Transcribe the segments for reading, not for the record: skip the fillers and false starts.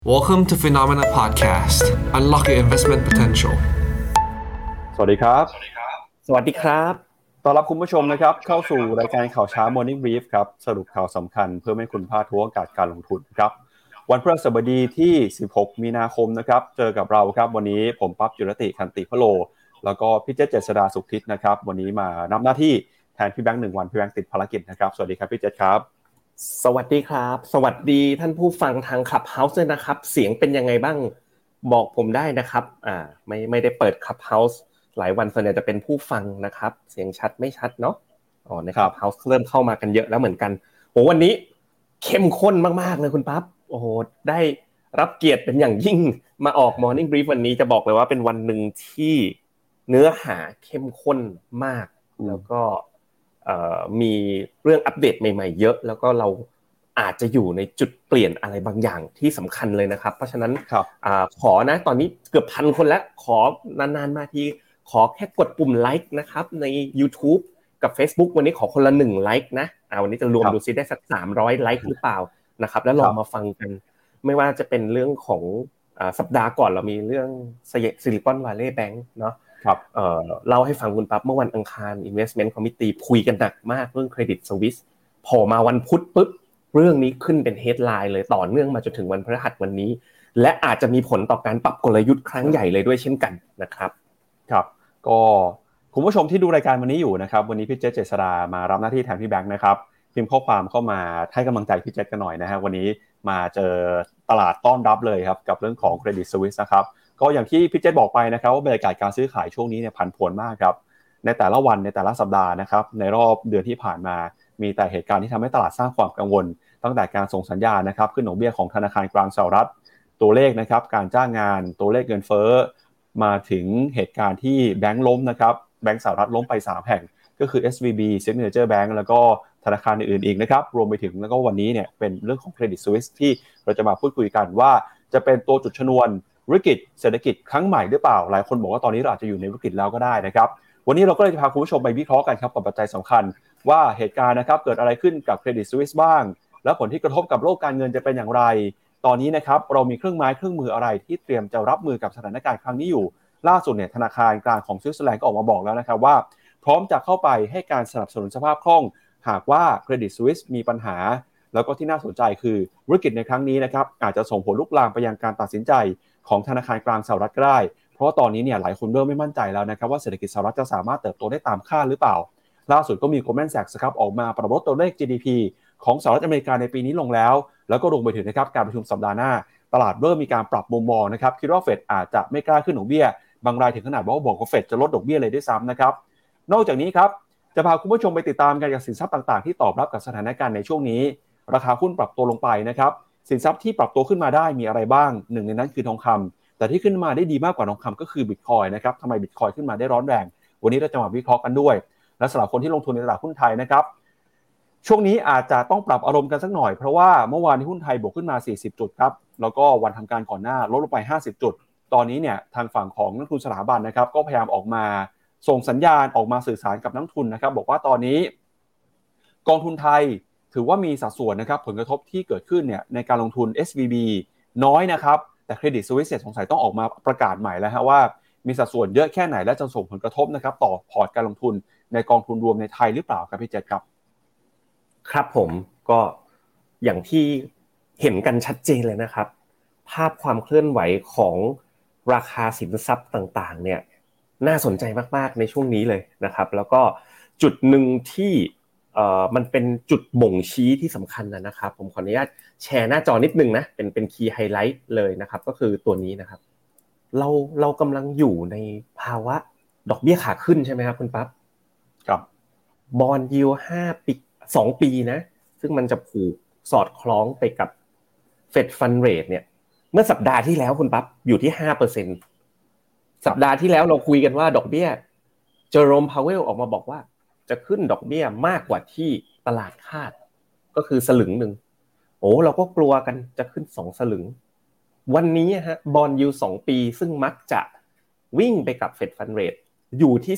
Welcome to Phenomena Podcast. Unlock your investment potential. สวัสดีครับสวัสดีครับต้อนรับคุณผู้ชมนะครับเข้าสู่รายการข่าวเช้า Morning Brief ครับสรุปข่าวสำคัญเพื่อไม่ให้คุณพลาดทุกโอกาสการลงทุนครับวันพฤหัสบดีที่16มีนาคมนะครับเจอกับเราครับวันนี้ผมปั๊บจุรติคันติพโลแล้วก็พี่เจษเจษฎาสุขทิศนะครับวันนี้มารับหน้าที่แทนพี่แบงค์1วันพี่แบงค์ติดภารกิจนะครับสวัสดีครับพี่เจษครับสวัสดีครับสวัสดีท่านผู้ฟังทาง Clubhouse ด้วยนะครับเสียงเป็นยังไงบ้างบอกผมได้นะครับไม่ได้เปิด Clubhouse หลายวันส่วนใหญ่จะเป็นผู้ฟังนะครับเสียงชัดไม่ชัดเนาะใน Clubhouse เริ่มเข้ามากันเยอะแล้วเหมือนกันโหวันนี้เข้มข้นมากๆเลยคุณปั๊บโอ้โหได้รับเกียรติเป็นอย่างยิ่งมาออก Morning Brief วันนี้จะบอกเลยว่าเป็นวันนึงที่เนื้อหาเข้มข้นมากแล้วก็มีเรื่องอัปเดตใหม่ๆเยอะแล้วก็เราอาจจะอยู่ในจุดเปลี่ยนอะไรบางอย่างที่สำคัญเลยนะครับเพราะฉะนั้นขอนะตอนนี้เกือบ1,000 คนแล้วขอนานๆมาทีขอแค่กดปุ่มไลค์นะครับใน YouTube กับ Facebook วันนี้ขอคนละ1ไลค์นะวันนี้จะรวมดูซิได้สัก300ไลค์หรือเปล่านะครับแล้วลองมาฟังกันไม่ว่าจะเป็นเรื่องของสัปดาห์ก่อนเรามีเรื่อง Silicon Valley Bank เนาะเล่าให้ฟังคุณปั๊บเมื่อวันอังคาร Investment Committee คุยกันหนักมากเรื่อง Credit Suisse พอมาวันพุธปุ๊บเรื่องนี้ขึ้นเป็น headline เลยต่อเนื่องมาจนถึงวันพฤหัสวันนี้และอาจจะมีผลต่อการปรับกลยุทธ์ครั้งใหญ่เลยด้วยเช่นกันนะครับครับก็คุณผู้ชมที่ดูรายการวันนี้อยู่นะครับวันนี้พี่เจษเจษฎามารับหน้าที่แทนพี่แบงค์นะครับพิมพ์ข้อความเข้ามาให้กำลังใจพี่เจษกันหน่อยนะฮะวันนี้มาเจอตลาดต้อนรับเลยครับกับเรื่องของ Credit Suisse นะครับก็อย่างที่พี่เจษบอกไปนะครับว่าบรรยากาศการซื้อขายช่วงนี้เนี่ยผันผวนมากครับในแต่ละวันในแต่ละสัปดาห์นะครับในรอบเดือนที่ผ่านมามีแต่เหตุการณ์ที่ทำให้ตลาดสร้างความกังวลตั้งแต่การส่งสัญญาณนะครับขึ้นดอกเบี้ยของธนาคารกลางสหรัฐตัวเลขนะครับการจ้างงานตัวเลขเงินเฟ้อมาถึงเหตุการณ์ที่แบงก์ล้มนะครับแบงก์สหรัฐล้มไป3แห่งก็คือ SVB Signature Bank แล้วก็ธนาคารอื่นๆอีกนะครับรวมไปถึงแล้วก็วันนี้เนี่ยเป็นเรื่องของ Credit Suisse ที่เราจะมาพูดคุยกันว่าจะเป็นตัวจุดชนวนวิกฤตเศรษฐกิจครั้งใหม่หรือเปล่าหลายคนบอกว่าตอนนี้เราอาจจะอยู่ในวิกฤตแล้วก็ได้นะครับวันนี้เราก็เลยจะพาคุณผู้ชมไปวิเคราะห์กันครับกับปัจจัยสำคัญว่าเหตุการณ์นะครับเกิดอะไรขึ้นกับ Credit Suisse บ้างและผลที่กระทบกับโลกการเงินจะเป็นอย่างไรตอนนี้นะครับเรามีเครื่องไม้เครื่องมืออะไรที่เตรียมจะรับมือกับสถานการณ์ครั้งนี้อยู่ล่าสุดเนี่ยธนาคารกลางของสวิตเซอร์แลนด์ก็ออกมาบอกแล้วนะครับว่าพร้อมจะเข้าไปให้การสนับสนุนสภาพคล่องหากว่า Credit Suisse มีปัญหาแล้วก็ที่น่าสนใจคือวิกฤตในครั้งนี้นะครับอาจจะส่งผลลุกลามไปยังการตัดสินใจของธนาคารกลางสหรัฐก็ได้เพราะตอนนี้เนี่ยหลายคนเริ่มไม่มั่นใจแล้วนะครับว่าเศรษฐกิจสหรัฐจะสามารถเติบโตได้ตามคาดหรือเปล่าล่าสุดก็มี Goldman Sachs ครับออกมาปรับลดตัวเลข GDP ของสหรัฐอเมริกาในปีนี้ลงแล้วก็รวมไปถึงนะครับการประชุมสัปดาห์หน้าตลาดเริ่มมีการปรับมุมมองนะครับคิดว่าเฟดอาจจะไม่กล้าขึ้นดอกเบี้ยบางรายถึงขนาดว่าบอกว่าเฟดจะลดดอกเบี้ยเลยด้วยซ้ำนะครับนอกจากนี้ครับจะพาคุณผู้ชมไปติดตามกันกับสินทรัพย์ต่างๆที่ตอบรับกับสถานการณ์ในช่วงนี้ราคาหุ้นปรับตัวลงไปนะครับสินทรัพย์ที่ปรับตัวขึ้นมาได้มีอะไรบ้างหนึ่งในนั้นคือทองคำแต่ที่ขึ้นมาได้ดีมากกว่าทองคำก็คือบิตคอยน์นะครับทำไมบิตคอยน์ขึ้นมาได้ร้อนแรงวันนี้เราจะมาวิเคราะห์กันด้วยและสำหรับคนที่ลงทุนในตลาดหุ้นไทยนะครับช่วงนี้อาจจะต้องปรับอารมณ์กันสักหน่อยเพราะว่าเมื่อวานที่หุ้นไทยบวกขึ้นมา40จุดครับแล้วก็วันทำการก่อนหน้าลดลงไป50จุดตอนนี้เนี่ยทางฝั่งของนักทุนสถาบันนะครับก็พยายามออกมาส่งสัญญาณออกมาสื่อสารกับนักทุนนะครับบอกว่าตอนนี้กองทุนไทยถือว่ามีสัดส่วนนะครับผลกระทบที่เกิดขึ้นเนี่ยในการลงทุน SVB น้อยนะครับแต่ Credit Suisse สงสัยต้องออกมาประกาศใหม่แล้วฮะว่ามีสัดส่วนเยอะแค่ไหนและจะส่งผลกระทบนะครับต่อพอร์ตการลงทุนในกองทุนรวมในไทยหรือเปล่าครับพี่เจษครับครับผมก็อย่างที่เห็นกันชัดเจนเลยนะครับภาพความเคลื่อนไหวของราคาสินทรัพย์ต่างๆเนี่ยน่าสนใจมากๆในช่วงนี้เลยนะครับแล้วก็จุดหนึ่งที่มันเป็นจุดบ่งชี้ที่สำคัญนะครับผมขออนุญาตแชร์หน้าจอนิดนึงนะเป็นคีย์ไฮไลท์เลยนะครับก็คือตัวนี้นะครับเรากำลังอยู่ในภาวะดอกเบี้ยขาขึ้นใช่ไหมครับคุณปั๊บครับบอนด์ยิลด์5ปี2ปีนะซึ่งมันจะผูกสอดคล้องไปกับ Fed Fund Rate เนี่ยเมื่อสัปดาห์ที่แล้วคุณปั๊บอยู่ที่ 5% สัปดาห์ที่แล้วเราคุยกันว่าดอกเบี้ยเจอโรมพาวเวลออกมาบอกว่าจะขึ้นดอกเบี้ยมากกว่าที่ตลาดคาดก็คือสลึงนึงเราก็กลัวกันจะขึ้น2สลึงวันนี้ฮะบอนด์ยิลด์2ปีซึ่งมักจะวิ่งไปกับ Fed Fund Rate อยู่ที่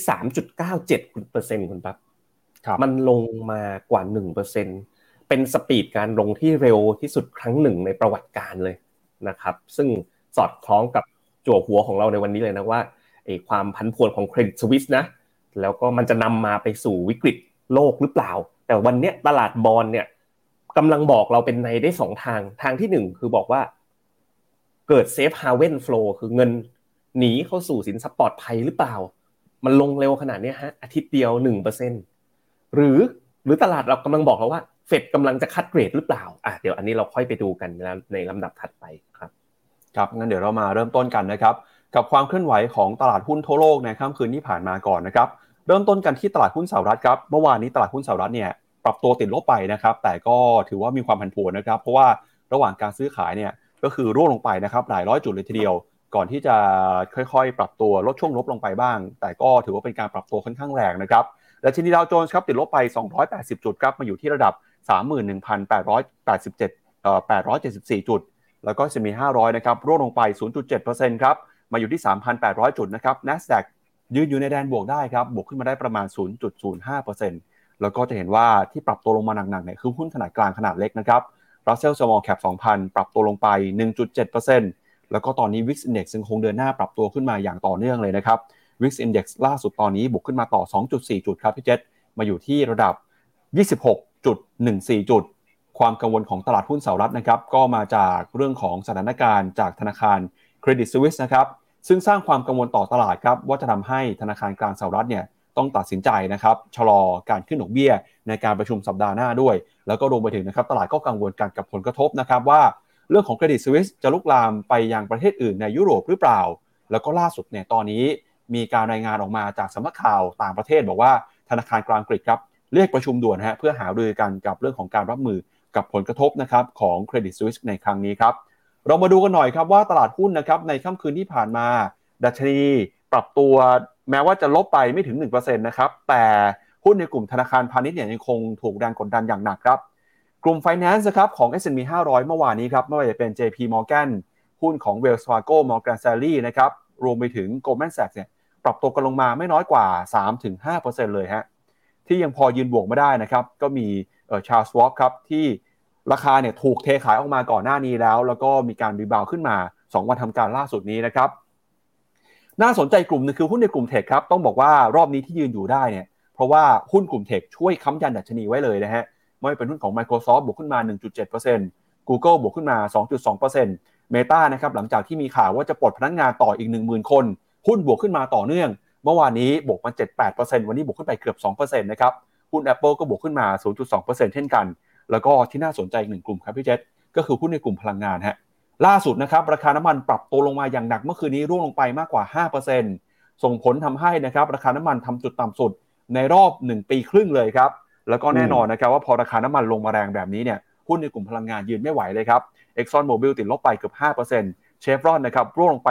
3.97% คุณปั๊บมันลงมากว่า 1% เป็นสปีดการลงที่เร็วที่สุดครั้งหนึ่งในประวัติการเลยนะครับซึ่งสอดคล้องกับจั่วหัวของเราในวันนี้เลยนะว่าความผันผวนของเครดิตสวิสนะแล้วก็มันจะนำมาไปสู่วิกฤตโลกหรือเปล่าแต่วันนี้ตลาดบอนด์เนี่ยกำลังบอกเราเป็นในได้2ทางที่1คือบอกว่าเกิดเซฟฮาเว่นโฟลว์คือเงินหนีเข้าสู่สินทรัพย์ปลอดภัยหรือเปล่ามันลงเร็วขนาดนี้ฮะอาทิตย์เดียว 1% หรือตลาดเรากำลังบอกเราว่าเฟดกำลังจะคัดเกรดหรือเปล่าเดี๋ยวอันนี้เราค่อยไปดูกันในลำดับถัดไปครับครับงั้นเดี๋ยวเรามาเริ่มต้นกันนะครับกับความเคลื่อนไหวของตลาดหุ้นทั่วโลกในค่ำคืนที่ผ่านมาก่อนนะครับเริ่มต้นกันที่ตลาดหุ้นสหรัฐครับเมื่อวานนี้ตลาดหุ้นสหรัฐเนี่ยปรับตัวติดลบไปนะครับแต่ก็ถือว่ามีความผันผวนนะครับเพราะว่าระหว่างการซื้อขายเนี่ยก็คือร่วงลงไปนะครับหลายร้อยจุดเลยทีเดียวก่อนที่จะค่อยๆปรับตัวลดช่วงลบลงไปบ้างแต่ก็ถือว่าเป็นการปรับตัวค่อนข้างแรงนะครับและดัชนีดาวโจนส์ครับติดลบไป280จุดครับมาอยู่ที่ระดับ 31,874 จุดแล้วก็ S&P 500นะครับร่วงลงไป 0.7% ครับมาอยู่ที่ 3,800 จุดนะครับ NASDAQ ยืนอยู่ในแดนบวกได้ครับบวกขึ้นมาได้ประมาณ 0.05% แล้วก็จะเห็นว่าที่ปรับตัวลงมาหนักๆเนี่ยคือหุ้นขนาดกลางขนาดเล็กนะครับ Russell Small Cap 2,000 ปรับตัวลงไป 1.7% แล้วก็ตอนนี้ VIX Index ยังคงเดินหน้าปรับตัวขึ้นมาอย่างต่อเนื่องเลยนะครับ VIX Index ล่าสุดตอนนี้บวกขึ้นมาต่อ 2.4 จุดครับพี่เจษมาอยู่ที่ระดับ 26.14 จุดความกังวลของตลาดหุ้นสหรัฐนะครับก็มาจากเรื่องของสถานการณ์จากธนาคารเครดิตสวิสนะครับซึ่งสร้างความกังวลต่อตลาดครับว่าจะทำให้ธนาคารกลางสหรัฐเนี่ยต้องตัดสินใจนะครับชะลอการขึ้นดอกเบี้ยในการประชุมสัปดาห์หน้าด้วยแล้วก็รวมไปถึงนะครับตลาดก็กังวลกันกับผลกระทบนะครับว่าเรื่องของเครดิตสวิสจะลุกลามไปยังประเทศอื่นในยุโรปหรือเปล่าแล้วก็ล่าสุดเนี่ยตอนนี้มีการรายงานออกมาจากสำนักข่าวต่างประเทศบอกว่าธนาคารกลางอังกฤษครับเรียกประชุมด่วนเพื่อหารือกันกับเรื่องของการรับมือกับผลกระทบนะครับของเครดิตสวิสในครั้งนี้ครับเรามาดูกันหน่อยครับว่าตลาดหุ้นนะครับในค่ำคืนที่ผ่านมาดัชนีปรับตัวแม้ว่าจะลบไปไม่ถึง 1% นะครับแต่หุ้นในกลุ่มธนาคารพาณิชย์เนี่ยยังคงถูกแรงกดดันอย่างหนักครับกลุ่ม Finance นะครับของ S&P 500 เมื่อวานนี้ครับไม่ว่าจะเป็น JP Morgan หุ้นของ Wells Fargo Morgan Stanley นะครับรวมไปถึง Goldman Sachs เนี่ยปรับตัวกันลงมาไม่น้อยกว่า 3-5% เลยฮะที่ยังพอยืนบวกไม่ได้นะครับก็มีCharles Schwab ครับที่ราคาเนี่ยถูกเทขายออกมาก่อนหน้านี้แล้วก็มีการรีบาวขึ้นมา2วันทำการล่าสุดนี้นะครับน่าสนใจกลุ่มนึงคือหุ้นในกลุ่มเทคครับต้องบอกว่ารอบนี้ที่ยืนอยู่ได้เนี่ยเพราะว่าหุ้นกลุ่มเทคช่วยค้ำยันดัชนีไว้เลยนะฮะไม่ว่าเป็นหุ้นของ Microsoft บวกขึ้นมา 1.7% Google บวกขึ้นมา 2.2% Meta นะครับหลังจากที่มีข่าวว่าจะปลดพนักงานต่ออีก 10,000 คนหุ้นบวกขึ้นมาต่อเนื่องเมื่อวานนี้บวกมา 7-8% วันนี้บวกขึ้นไปเกือบ 2% นะครับหุ้น Apple ก็บวกขึ้นมา 0.2% เช่นกันแล้วก็ที่น่าสนใจอีกหนึ่งกลุ่มครับพี่เจษก็คือหุ้นในกลุ่มพลังงานฮะล่าสุดนะครับราคาน้ำมันปรับตัวลงมาอย่างหนักเมื่อคืนนี้ร่วงลงไปมากกว่า 5% ส่งผลทำให้นะครับราคาน้ำมันทำจุดต่ำสุดในรอบ1ปีครึ่งเลยครับแล้วก็แน่นอนนะครับว่าพอราคาน้ำมันลงมาแรงแบบนี้เนี่ยหุ้นในกลุ่มพลังงานยืนไม่ไหวเลยครับ Exxon Mobil ติดลบไปเกือบ 5% Chevron นะครับร่วงลงไป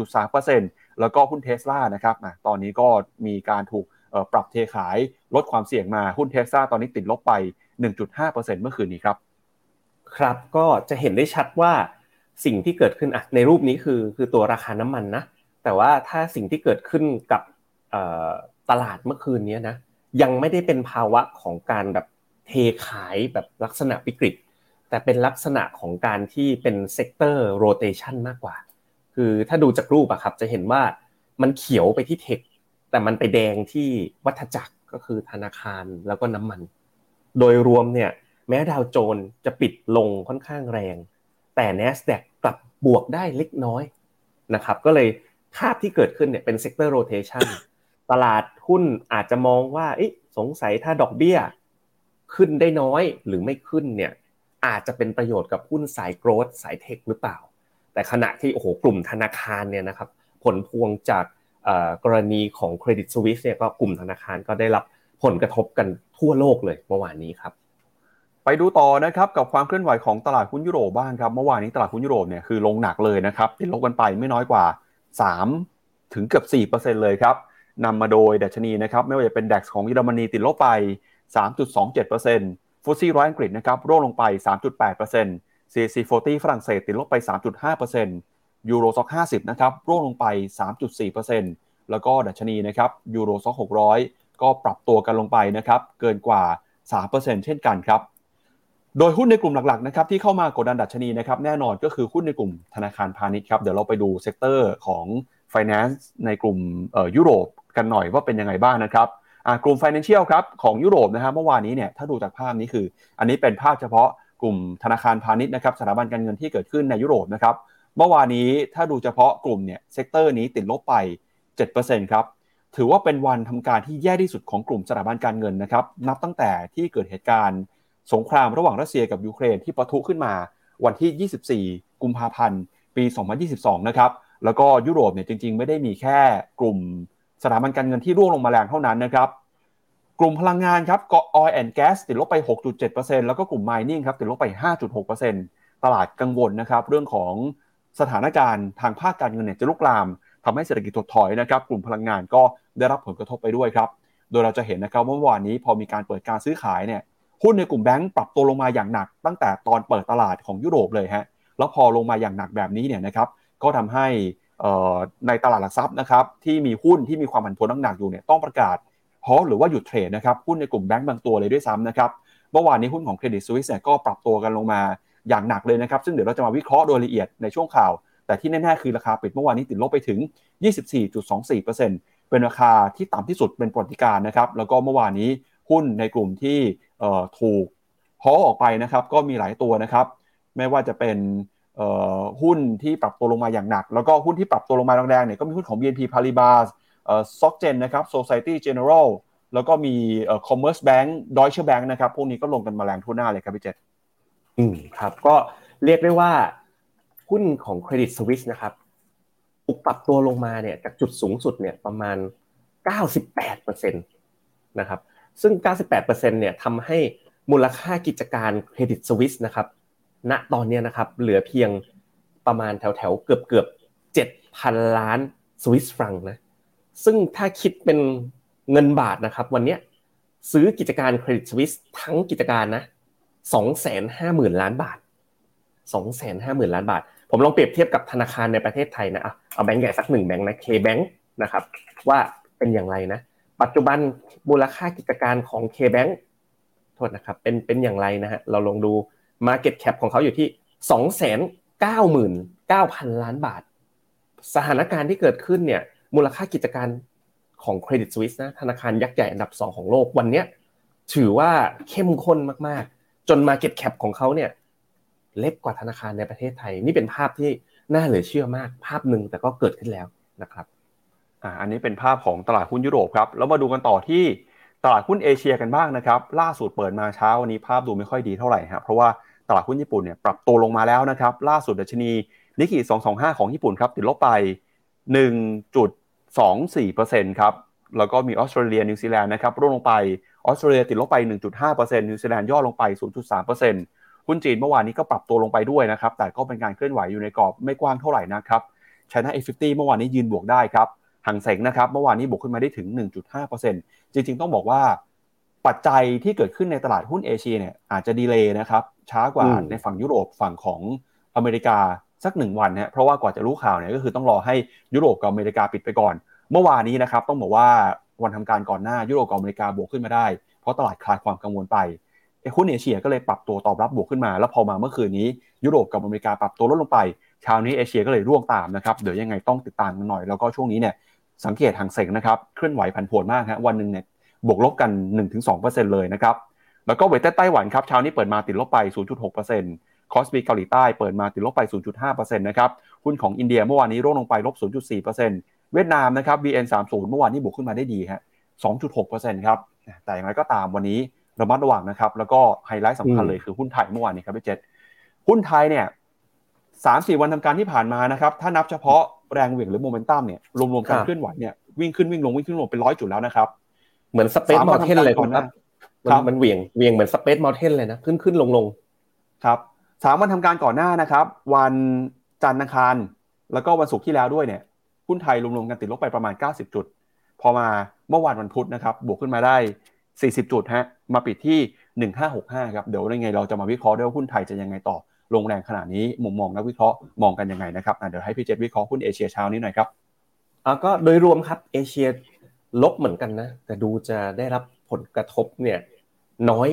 4.3% แล้วก็หุ้น Tesla นะครับตอนนี้ก็มีการถูกปรับเทขายลดความเสี่ยงมาหุ้น Tesla ตอนนี้ติดลบไป 1.5% เมื่อคืนนี้ครับครับก็จะเห็นได้ชัดว่าสิ่งที่เกิดขึ้นในรูปนี้คือตัวราคาน้ำมันนะแต่ว่าถ้าสิ่งที่เกิดขึ้นกับตลาดเมื่อคืนนี้นะยังไม่ได้เป็นภาวะของการแบบเทขายแบบลักษณะวิกฤตแต่เป็นลักษณะของการที่เป็นเซกเตอร์โรเทชันมากกว่าคือถ้าดูจากรูปอะครับจะเห็นว่ามันเขียวไปที่เทคแต่มันไปแดงที่วัฏจักรก็คือธนาคารแล้วก็น้ำมันโดยรวมเนี่ยแม้ดาวโจนส์จะปิดลงค่อนข้างแรงแต่ NASDAQ กลับบวกได้เล็กน้อยนะครับก็เลยภาพที่เกิดขึ้นเนี่ยเป็นเซกเตอร์โรเทชันตลาดหุ้นอาจจะมองว่าสงสัยถ้าดอกเบี้ยขึ้นได้น้อยหรือไม่ขึ้นเนี่ยอาจจะเป็นประโยชน์กับหุ้นสายโกรทสายเทคหรือเปล่าแต่ขณะที่กลุ่มธนาคารเนี่ยนะครับผลพวงจากกรณีของเครดิตสวิสเนี่ยก็กลุ่มธนาคารก็ได้รับผลกระทบกันทั่วโลกเลยเมื่อวานนี้ครับไปดูต่อนะครับกับความเคลื่อนไหวของตลาดหุ้นยุโรปบ้างครับเมื่อวานนี้ตลาดหุ้นยุโรปเนี่ยคือลงหนักเลยนะครับติดลบกันไปไม่น้อยกว่า3ถึงเกือบ 4% เลยครับนำมาโดยดัชนีนะครับไม่ว่าจะเป็น DAX ของเยอรมนีติดลบไป 3.27% FTSE 100อังกฤษนะครับร่วงลงไป 3.8% CAC 40ฝรั่งเศสติดลบไป 3.5% Euro Stoxx 50นะครับร่วงลงไป 3.4% แล้วก็ดัชนีนะครับ Euro Stoxx 600ก็ปรับตัวกันลงไปนะครับเกินกว่า 3% เช่นกันครับโดยหุ้นในกลุ่มหลักๆนะครับที่เข้ามากดดันดัชนีนะครับแน่นอนก็คือหุ้นในกลุ่มธนาคารพาณิชย์ครับเดี๋ยวเราไปดูเซกเตอร์ของ Finance ในกลุ่มยุโรปกันหน่อยว่าเป็นยังไงบ้างนะครับกลุ่ม Financial ครับของยุโรปนะฮะเมื่อวานนี้เนี่ยถ้าดูจากภาพนี้คืออันนี้เป็นภาพเฉพาะกลุ่มธนาคารพาณิชย์นะครับสถาบันการเงินที่เกิดขึ้นในยุโรปนะครับเมื่อวานนี้ถ้าดูเฉพาะกลุ่มเนี่ยเซกเตอร์นี้ติดลบไป 7% ครับถือว่าเป็นวันทำการที่แย่ที่สุดของกลุ่มสถาบันการเงินนะครับนับตั้งแต่ที่เกิดเหตุการณ์สงครามระหว่างรัสเซียกับยูเครนที่ปะทุขึ้นมาวันที่24กุมภาพันธ์ปี2022นะครับแล้วก็ยุโรปเนี่ยจริงๆไม่ได้มีแค่กลุ่มสถาบันการเงินที่ร่วงลงมาแรงเท่านั้นนะครับกลุ่มพลังงานครับก็ Oil and Gas ติดลบไป 6.7% แล้วก็กลุ่ม Mining ครับติดลบไป 5.6% ตลาดกังวลนะครับเรื่องของสถานการณ์ทางภาคการเงินเนี่ยจะลุกลามทำให้เศรษฐกิจถดถอยนะครับกลุ่มพลังงานก็ได้รับผลกระทบไปด้วยครับโดยเราจะเห็นนะครับว่าเมื่อวานนี้พอมีการเปิดการซื้อขายเนี่ยหุ้นในกลุ่มแบงก์ปรับตัวลงมาอย่างหนักตั้งแต่ตอนเปิดตลาดของยุโรปเลยฮะแล้วพอลงมาอย่างหนักแบบนี้เนี่ยนะครับก็ทำให้ในตลาดหลักทรัพย์นะครับที่มีหุ้นที่มีความผันผวนหนักๆอยู่เนี่ยต้องประกาศพอหรือว่าหยุดเทรดนะครับหุ้นในกลุ่มแบงก์บางตัวเลยด้วยซ้ำนะครับเมื่อวานนี้หุ้นของ Credit Suisse เนี่ยก็ปรับตัวกันลงมาอย่างหนักเลยนะครับซึ่งเดี๋ยวเราจะมาวิเคราะห์โดยละเอียดในช่วงข่าวแต่ที่แน่ๆคือราคาปิดเมื่อวานนี้ติดลบไปถึง 24.24% เป็นราคาที่ต่ำที่สุดเป็นประวัติการณ์นะครับแล้วก็เมื่อวานนี้หุ้นในกลุ่มที่ถูกฮอออกไปนะครับก็มีหลายตัวนะครับไม่ว่าจะเป็นหุ้นที่ปรับตัวลงมาอย่างหนักแล้วก็หุ้นที่ปรับตัวลงมาแรงๆเนี่ยก็มีหุ้นของ BNP Paribas Société นะครับ Société Générale แล้วก็มีCommerce Bank Deutsche Bank นะครับพวกนี้ก็ลงกันมาแรงทั่วหน้าเลยครับพี่เจษครับก็เรียกได้ว่าหุ้นของ Credit Suisse นะครับถูกปรับตัวลงมาเนี่ยจากจุดสูงสุดเนี่ยประมาณ 98% นะครับซึ่ง 98% เนี่ยทำให้มูลค่ากิจการ Credit Suisse นะครับณตอนนี้นะครับเหลือเพียงประมาณแถวๆเกือบ 7,000 ล้านสวิสฟรังนะซึ่งถ้าคิดเป็นเงินบาทนะครับวันนี้ซื้อกิจการ Credit Suisse ทั้งกิจการนะ 250,000 ล้านบาท 250,000 ล้านบาทผมลองเปรียบเทียบกับธนาคารในประเทศไทยนะเอาแบงก์ใหญ่สัก1แบงก์นะ K-Bank นะครับว่าเป็นอย่างไรนะปัจจุบันมูลค่ากิจการของ K-Bank โทษนะครับเป็นอย่างไรนะฮะเราลองดู Market Cap ของเขาอยู่ที่ 299,000 ล้านบาทสถานการณ์ที่เกิดขึ้นเนี่ยมูลค่ากิจการของ Credit Suisse นะธนาคารยักษ์ใหญ่อันดับ2ของโลกวันนี้ถือว่าเข้มข้นมากๆจน Market Cap ของเขาเนี่ยเล็กกว่าธนาคารในประเทศไทยนี่เป็นภาพที่น่าเหลือเชื่อมากภาพนึงแต่ก็เกิดขึ้นแล้วนะครับอันนี้เป็นภาพของตลาดหุ้นยุโรปครับแล้วมาดูกันต่อที่ตลาดหุ้นเอเชียกันบ้างนะครับล่าสุดเปิดมาเช้าวันนี้ภาพดูไม่ค่อยดีเท่าไหร่ครับเพราะว่าตลาดหุ้นญี่ปุ่นเนี่ยปรับตัวลงมาแล้วนะครับล่าสุดดัชนีนิกเกิ225ของญี่ปุ่นครับติดลบไป 1.24% ครับแล้วก็มีออสเตรเลียนิวซีแลนด์นะครับร่วงลงไปออสเตรเลียติดลบไป 1.5% นิวซีแลนด์ย่อลงไป 0.3%หุ้นจีนเมื่อวานนี้ก็ปรับตัวลงไปด้วยนะครับแต่ก็เป็นการเคลื่อนไหวอยู่ในกรอบไม่กว้างเท่าไหร่นะครับ China A50 เมื่อวานนี้ยืนบวกได้ครับหังเส็งนะครับเมื่อวานนี้บวกขึ้นมาได้ถึง 1.5% จริงๆต้องบอกว่าปัจจัยที่เกิดขึ้นในตลาดหุ้นเอเชียเนี่ยอาจจะดีเลย์นะครับช้ากว่าในฝั่งยุโรปฝั่งของอเมริกาสัก1วันนะเพราะว่ากว่าจะรู้ข่าวเนี่ยก็คือต้องรอให้ยุโรปกับอเมริกาปิดไปก่อนเมื่อวานนี้นะครับต้องบอกว่าวันทำการก่อนหน้ายุโรปกับอเมริกาบวกขึ้นมาได้เพราะตลาดคลายความกังวลไปหุ้นเอเชียก็เลยปรับตัวตอบรับบวกขึ้นมาแล้วพอมาเมื่อคืนนี้ยุโรปกับอเมริกาปรับตัวลดลงไปเช้านี้เอเชียก็เลยร่วงตามนะครับเดี๋ยวยังไงต้องติดตามกันหน่อยแล้วก็ช่วงนี้เนี่ยสังเกตหางเส็งนะครับเคลื่อนไหวผันผวนมากฮะวันนึงเนี่ยบวกลบกัน 1-2% เลยนะครับแล้วก็เวทไต้หวันครับเช้านี้เปิดมาติดลบไป 0.6% คอสปีเกาหลีใต้เปิดมาติดลบไป 0.5% นะครับหุ้นของอินเดียเมื่อวานนี้ร่วงลงไปลบ 0.4% เวียดนามนะครับ VN30 เมื่อวานนี้บวกขึ้นมาได้ดีฮะ 2.6% ครับแต่อย่างไรก็ตามวันนี้ระมัดระวังนะครับแล้วก็ไฮไลท์สำคัญเลยคือหุ้นไทยเมื่อวานนี้ครับพี่เจษหุ้นไทยเนี่ย 3-4 วันทำการที่ผ่านมานะครับถ้านับเฉพาะแรงเหวี่ยงหรือโมเมนตัมเนี่ยรวมๆการเคลื่อนไหวเนี่ยวิ่งขึ้นวิ่งลงเป็น100จุดแล้วนะครับเหมือนสเปซเมลเทนเลยครับมันเหวี่ยงเหมือนสเปซเมลเทนเลยนะขึ้นลงครับ3วันทำการก่อนหน้านะครับวันจันทร์อังคารแล้วก็วันศุกร์ที่แล้วด้วยเนี่ยหุ้นไทยรวมๆกันติดลบไปประมาณ90จุดพอมาเมื่อวันพุธนะครับบวกขึ้นมาได้40จุดฮะมาปิดที่1565ครับเดี๋ยวยังไงเราจะมาวิเคราะห์ด้วยว่าหุ้นไทยจะยังไงต่อลงแรงขนาดนี้มุมมองนักวิเคราะห์มองกันยังไงนะครับเดี๋ยวให้พี่เจษวิเคราะห์หุ้นเอเชียเช้านี้หน่อยครับก็โดยรวมครับเอเชียลบเหมือนกันนะแต่ดูจะได้รับผลกระทบเนี่ยน้อย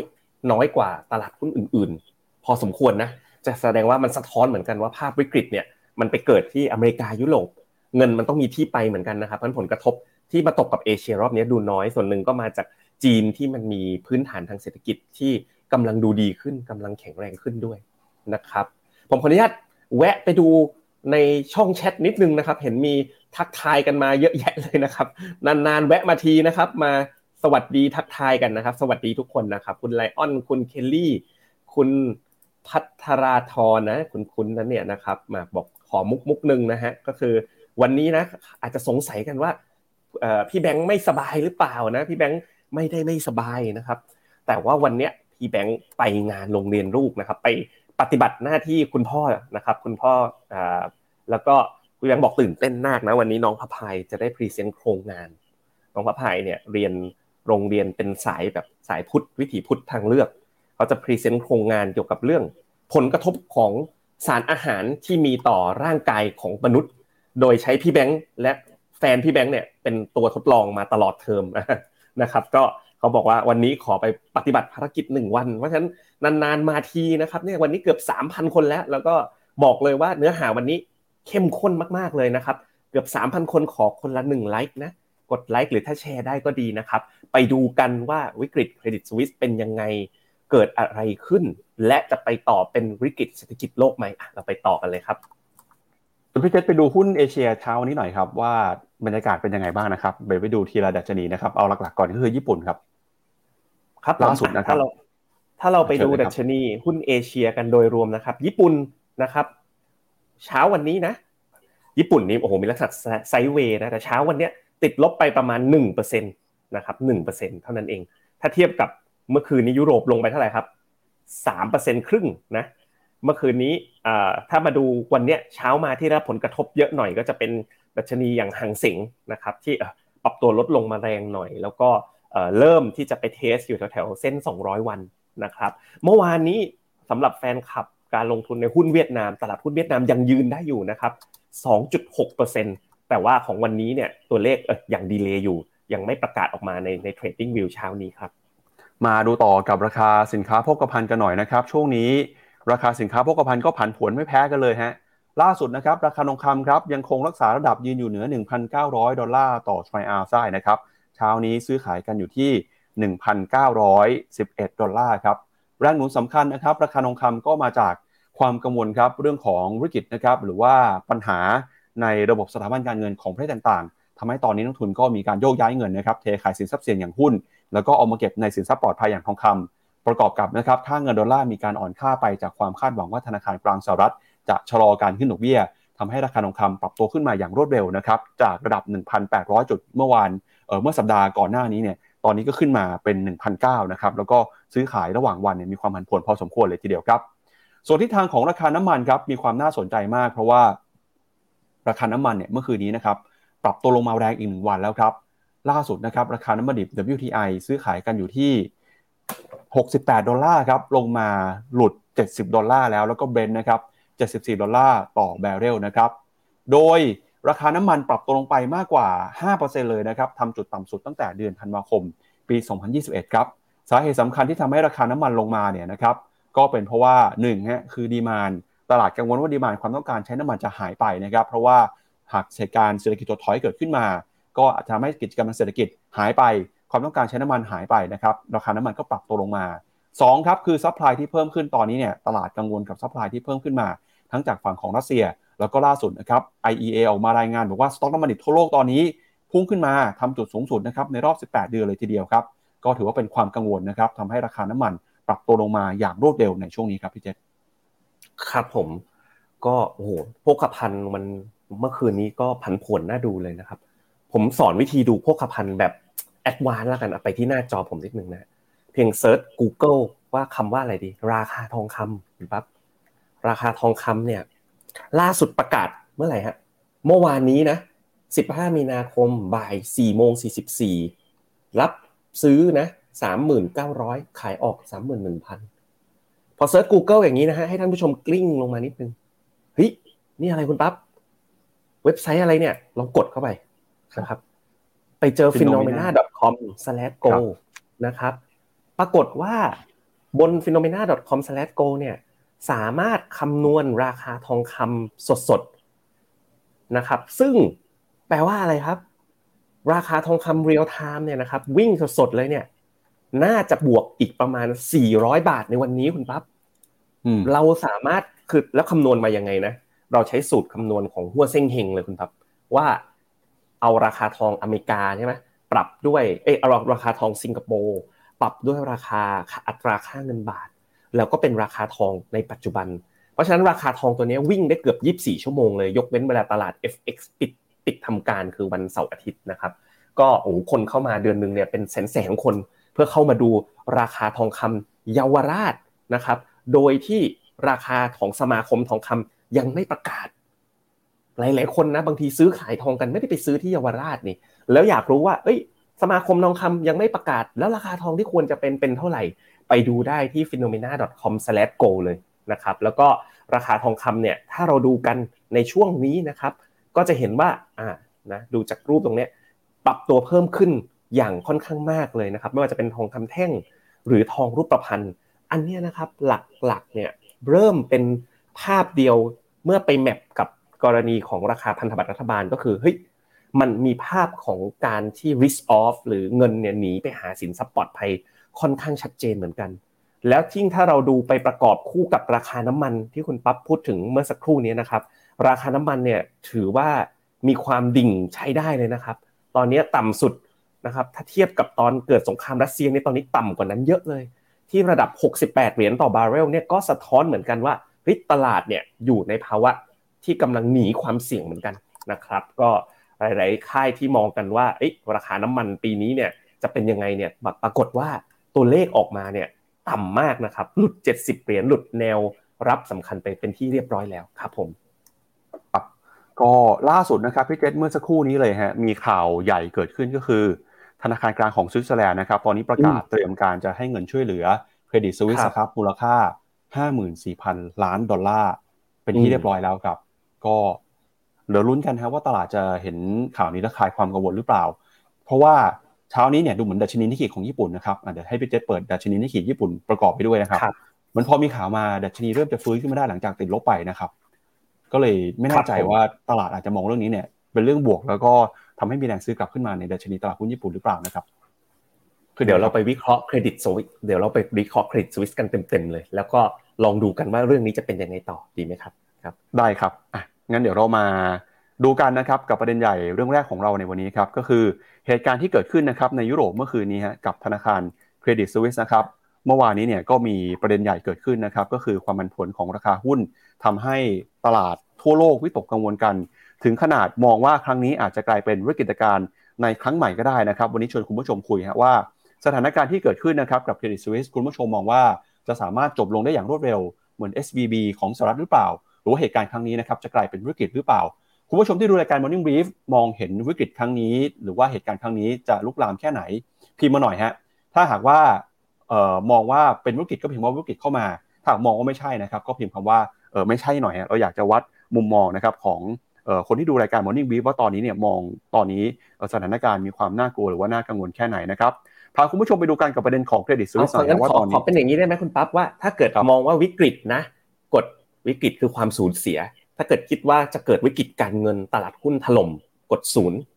น้อยกว่าตลาดหุ้นอื่นๆพอสมควรนะจะแสดงว่ามันสะท้อนเหมือนกันว่าภาพวิกฤตเนี่ยมันไปเกิดที่อเมริกายุโรปเงินมันต้องมีที่ไปเหมือนกันนะครับเพราะผลกระทบที่มาตกกับเอเชียรอบนี้ดูน้อยส่วนหนึ่งก็มาจากจีนที่มันมีพื้นฐานทางเศรษฐกิจที่กำลังดูดีขึ้นกำลังแข็งแรงขึ้นด้วยนะครับผมขออนุญาตแวะไปดูในช่องแชทนิดนึงนะครับเห็นมีทักทายกันมาเยอะแยะเลยนะครับนานๆแวะมาทีนะครับมาสวัสดีทักทายกันนะครับสวัสดีทุกคนนะครับคุณไลออนคุณเคลลี่คุณพัทราธรนะคุณนั้นเนี่ยนะครับมาบอกขอมุกนึงนะฮะก็คือวันนี้นะอาจจะสงสัยกันว่าพี่แบงค์ไม่สบายหรือเปล่านะพี่แบงค์ไม่สบายนะครับแต่ว่าวันเนี้ยพี่แบงค์ไปงานโรงเรียนลูกนะครับไปปฏิบัติหน้าที่คุณพ่อนะครับคุณพ่อแล้วก็คุณแบงค์บอกตื่นเต้นมากนะวันนี้น้องพะพายจะได้พรีเซนต์โครงงานน้องพะพายเนี่ยเรียนโรงเรียนเป็นสายแบบสายพุทธวิถีพุทธทางเลือกเขาจะพรีเซนต์โครงงานเกี่ยวกับเรื่องผลกระทบของสารอาหารที่มีต่อร่างกายของมนุษย์โดยใช้พี่แบงค์และแฟนพี่แบงค์เนี่ยเป็นตัวทดลองมาตลอดเทอมนะครับก็เขาบอกว่าวันนี้ขอไปปฏิบัติภารกิจ1วันเพราะฉะนั้นนานๆมาทีนะครับเนี่ยวันนี้เกือบ 3,000 คนแล้วก็บอกเลยว่าเนื้อหาวันนี้เข้มข้นมากๆเลยนะครับเกือบ 3,000 คนขอคนละ1ไลค์นะกดไลค์หรือถ้าแชร์ได้ก็ดีนะครับไปดูกันว่าวิกฤตเครดิตสวิสเป็นยังไงเกิดอะไรขึ้นและจะไปต่อเป็นวิกฤตเศรษฐกิจโลกไหมเราไปต่อกันเลยครับพี่เจษไปดูหุ้นเอเชียเช้านี้หน่อยครับว่าบรรยากาศเป็นยังไงบ้างนะครับไปดูทีละดัชนีนะครับเอาหลักๆก่อนก็คือญี่ปุ่นครับครับล่าสุดนะครับถ้าเราไปดูดัชนีหุ้นเอเชียกันโดยรวมนะครับญี่ปุ่นนะครับเช้าวันนี้นะญี่ปุ่นนี่โอ้โหมีลักษณะไซด์เวย์นะแต่เช้าวันนี้ติดลบไปประมาณ 1% นะครับ 1% เท่านั้นเองถ้าเทียบกับเมื่อคืนนี้ยุโรปลงไปเท่าไหร่ครับ 3% ครึ่งนะเมื่อคืนนี้ถ้ามาดูวันนี้เช้ามาที่ได้ผลกระทบเยอะหน่อยก็จะเป็นดัชนีอย่างหังเส็งนะครับที่ปรับตัวลดลงมาแรงหน่อยแล้วก็เริ่มที่จะไปเทสอยู่แถวๆเส้น200วันนะครับเมื่อวานนี้สำหรับแฟนคลับการลงทุนในหุ้นเวียดนามตลาดหุ้นเวียดนามยังยืนได้อยู่นะครับ 2.6% แต่ว่าของวันนี้เนี่ยตัวเลขยังดีเลย์อยู่ยังไม่ประกาศออกมาใน Trading View เช้านี้ครับมาดูต่อกับราคาสินค้าโภคภัณฑ์กันหน่อยนะครับช่วงนี้ราคาสินค้าโภคภัณฑ์ก็ผันผวนไม่แพ้กันเลยฮะล่าสุดนะครับราคาทองคำครับยังคงรักษาระดับยืนอยู่เหนือ $1,900 ต่อทรัลล์ออนซ์ได้นะครับเช้านี้ซื้อขายกันอยู่ที่ $1,911 ครับแรงหนุนสำคัญนะครับราคาทองคำก็มาจากความกังวลครับเรื่องของวิกฤตนะครับหรือว่าปัญหาในระบบสถาบันการเงินของประเทศต่างๆทำให้ตอนนี้นักทุนก็มีการโยกย้ายเงินนะครับเทขายสินทรัพย์เสี่ยงอย่างหุ้นแล้วก็เอามาเก็บในสินทรัพย์ปลอดภัยอย่างทองคำประกอบกับนะครับค่าเงินดอลลาร์มีการอ่อนค่าไปจากความคาดหวังว่าธนาคารกลางสหรัฐจะชะลอการขึ้นดอกเบี้ยทำให้ราคาทองคำปรับตัวขึ้นมาอย่างรวดเร็วนะครับจากระดับ 1,800 จุดเมื่อสัปดาห์ก่อนหน้านี้เนี่ยตอนนี้ก็ขึ้นมาเป็น 1,900 นะครับแล้วก็ซื้อขายระหว่างวันเนี่ยมีความผันผวนพอสมควรเลยทีเดียวครับส่วนทิศทางของราคาน้ำมันครับมีความน่าสนใจมากเพราะว่าราคาน้ำมันเนี่ยเมื่อคืนนี้นะครับปรับตัวลงมาแรงอีก1วันแล้วครับล่าสุดนะครับราคาน้ำมันดิบ WTI ซื้อขายกันอยู่ที่$68ครับลงมาหลุด$70แล้วก็เบรนท์นะครับ$74ต่อแบเรลนะครับโดยราคาน้ำมันปรับตัวลงไปมากกว่า 5% เลยนะครับทำจุดต่ำสุดตั้งแต่เดือนธันวาคมปี2021ครับสาเหตุสำคัญที่ทำให้ราคาน้ำมันลงมาเนี่ยนะครับก็เป็นเพราะว่า1ฮะคือดีมานด์ตลาดกังวลว่าดีมานด์ความต้องการใช้น้ำมันจะหายไปนะครับเพราะว่าหากเหตุการณ์เศรษฐกิจถดถอยเกิดขึ้นมาก็อาจจะทำให้กิจกรรมทางเศรษฐกิจหายไปความต้องการใช้น้ำมันหายไปนะครับราคาน้ำมันก็ปรับตัวลงมา2ครับคือซัพพลายที่เพิ่มขึ้นตอนนี้เนี่ยตลาดกังวลกับซัพพลายที่เพิ่มขึ้นมาทั้งจากฝั่งของรัสเซียแล้วก็ล่าสุดนะครับ IEA ออกมารายงานบอกว่าสต็อกน้ำมันดิบทั่วโลกตอนนี้พุ่งขึ้นมาทำจุดสูงสุดนะครับในรอบ18เดือนเลยทีเดียวครับก็ถือว่าเป็นความกังวลนะครับทำให้ราคาน้ำมันปรับตัวลงมาอย่างรวดเร็วในช่วงนี้ครับพี่เจษครับผมก็โอ้โหโภคภัณฑ์มันเมื่อคืนนี้ก็ผันผวนน่าดูเลยนะครับผมสอนวิธีดูโภคภัณฑ์แบบแอดวานซ์แล้วกันไปที่หน้าจอผมนิดนึงนะเพียงเซิร์ช Google ว่าคำว่าอะไรดีราคาทองคำปั๊บราคาทองคำเนี่ยล่าสุดประกาศเมื่อไหร่ฮะเมื่อวานนี้นะ15มีนาคมบ่าย 4:44 รับซื้อนะ 39,000 ขายออก 31,000 พอเซิร์ช Google อย่างนี้นะฮะให้ท่านผู้ชมกลิ้งลงมานิดนึงเฮ้ยนี่อะไรคุณปั๊บเว็บไซต์อะไรเนี่ยลองกดเข้าไปนะครับไปเจอ phenomena.com/go นะครับปรากฏว่าบน phenomena.com/go เนี่ยสามารถคำนวณราคาทองคำสดๆนะครับซึ่งแปลว่าอะไรครับราคาทองคำ real time เนี่ยนะครับวิ่งสดๆเลยเนี่ยน่าจะบวกอีกประมาณ400 บาทในวันนี้คุณปั๊บเราสามารถคือแล้วคำนวณมายังไงนะเราใช้สูตรคำนวณของหัวเซ่งเฮงเลยคุณปั๊บว่าเอาราคาทองอเมริกาใช่ไหมปรับด้วยเอาราคาทองสิงคโปร์ปรับด้วยราคาอัตราค่าเงินบาทแล้วก็เป็นราคาทองในปัจจุบันเพราะฉะนั้นราคาทองตัวนี้วิ่งได้เกือบ24ชั่วโมงเลยยกเว้นเวลาตลาด FX ปิดทำการคือวันเสาร์อาทิตย์นะครับก็คนเข้ามาเดือนนึงเนี่ยเป็นแสนๆคนเพื่อเข้ามาดูราคาทองคำเยาวราชนะครับโดยที่ราคาของสมาคมทองคำยังไม่ประกาศหลายๆคนนะบางทีซื้อขายทองกันไม่ได้ไปซื้อที่เยาวราชนี่แล้วอยากรู้ว่าสมาคมทองคำยังไม่ประกาศแล้วราคาทองที่ควรจะเป็นเท่าไหร่ไปดูได้ที่ phenomena.com/go เลยนะครับแล้วก็ราคาทองคำเนี่ยถ้าเราดูกันในช่วงนี้นะครับก็จะเห็นว่านะดูจากรูปตรงนี้ปรับตัวเพิ่มขึ้นอย่างค่อนข้างมากเลยนะครับไม่ว่าจะเป็นทองคำแท่งหรือทองรูปพรรณอันนี้นะครับหลักๆเนี่ยเริ่มเป็นภาพเดียวเมื่อไปแมปกับกรณีของราคาพันธบัตรรัฐบาลก็คือมันมีภาพของการที่ risk off หรือเงินเนี่ยหนีไปหาสินทรัพย์ปลอดภัยค่อนข้างชัดเจนเหมือนกันแล้วยิ่งถ้าเราดูไปประกอบคู่กับราคาน้ำมันที่คุณปั๊บพูดถึงเมื่อสักครู่นี้นะครับราคาน้ำมันเนี่ยถือว่ามีความดิ่งใช้ได้เลยนะครับตอนนี้ต่ำสุดนะครับถ้าเทียบกับตอนเกิดสงครามรัสเซียนี่ตอนนี้ต่ำกว่านั้นเยอะเลยที่ระดับ$68ต่อบาร์เรลเนี่ยก็สะท้อนเหมือนกันว่าตลาดเนี่ยอยู่ในภาวะที่กำลังหนีความเสี่ยงเหมือนกันนะครับก็หลายๆค่ายที่มองกันว่าราคาน้ำมันปีนี้เนี่ยจะเป็นยังไงเนี่ยปรากฏว่าตัวเลขออกมาเนี่ยต่ำมากนะครับหลุด$70หลุดแนวรับสำคัญไปเป็นที่เรียบร้อยแล้วครับผมครับก็ล่าสุดนะครับพี่เจษเมื่อสักครู่นี้เลยฮะมีข่าวใหญ่เกิดขึ้นก็คือธนาคารกลางของสวิตเซอร์แลนด์นะครับตอนนี้ประกาศเตรียมการจะให้เงินช่วยเหลือเครดิตสวิสครับมูลค่า 54,000 ล้านดอลลาร์เป็นที่เรียบร้อยแล้วครับก็เดี๋ยวลุ้นกันครับว่าตลาดจะเห็นข่าวนี้แล้วคลายความกังวลหรือเปล่าเพราะว่าเช้านี้เนี่ยดูเหมือนดัชนีนิกเกิของญี่ปุ่นนะครับเดี๋ยวให้พี่เจษเปิดดัชนีนิกเกิญี่ปุ่นประกอบไปด้วยนะครับมันพอมีข่าวมาดัชนีเริ่มจะฟื้นขึ้นมาได้หลังจากติดลบไปนะครับก็เลยไม่แน่ใจว่าตลาดอาจจะมองเรื่องนี้เนี่ยเป็นเรื่องบวกแล้วก็ทำให้มีแรงซื้อกลับขึ้นมาในดัชนีตลาดหุ้นญี่ปุ่นหรือเปล่านะครับคือเดี๋ยวเราไปวิเคราะห์เครดิตสวิสเดี๋ยวเราไปวิเคราะห์เครดิตสวิสกันเต็มๆเลยแล้วก็ลองดูกันว่าเรื่องนี้จะเป็นยังไงต่อดีไหมครับได้ครับงั้นเดี๋ยวเรามาดูกันนะครับกับประเด็นใหญ่เรื่องแรกของเราในวันนี้ครับก็คือเหตุการณ์ที่เกิดขึ้นนะครับในยุโรปเมื่อคืนนี้กับธนาคารเครดิตสวิสนะครับเมื่อวานนี้เนี่ยก็มีประเด็นใหญ่เกิดขึ้นนะครับก็คือความผันผวนของราคาหุ้นทำให้ตลาดทั่วโลกวิตกกังวลกันถึงขนาดมองว่าครั้งนี้อาจจะกลายเป็นวิกฤตการณ์ในครั้งใหม่ก็ได้นะครับวันนี้ชวนคุณผู้ชมคุยว่าสถานการณ์ที่เกิดขึ้นนะครับกับเครดิตสวิสคุณผู้ชมมองว่าจะสามารถจบลงได้อย่างรวดเร็วเหมือน SVB ของสหรัฐหรือเปล่าหรือว่าเหตุการณ์ครั้งนี้นะครับจะกลายเป็นวิกฤตหรือเปล่าคุณผู้ชมที่ดูรายการ Morning Brief มองเห็นวิกฤตครั้งนี้หรือว่าเหตุการณ์ครั้งนี้จะลุกลามแค่ไหนพิมพ์มาหน่อยฮะถ้าหากว่ามองว่าเป็นวิกฤตก็พิมพ์ว่าวิกฤตเข้ามาถ้ามองว่าไม่ใช่นะครับก็พิมพ์คำว่าไม่ใช่หน่อยฮะเราอยากจะวัดมุมมองนะครับของคนที่ดูรายการ Morning Brief ว่าตอนนี้เนี่ยมองตอนนี้สถานการณ์มีความน่ากลัวหรือว่าน่ากังวลแค่ไหนนะครับพาคุณผู้ชมไปดูกันกับประเด็นของเครดิตสวิสหน่อยว่าตอนนี้ขอเป็นอย่างนี้ได้ไหมคุณปั๊บว่าถ้าเกิดมองว่าวิกฤตนะกดวิกฤตคือความสูญเสียถ้าเกิดคิดว่าจะเกิดวิกฤตการเงินตลาดหุ้นถล่มกด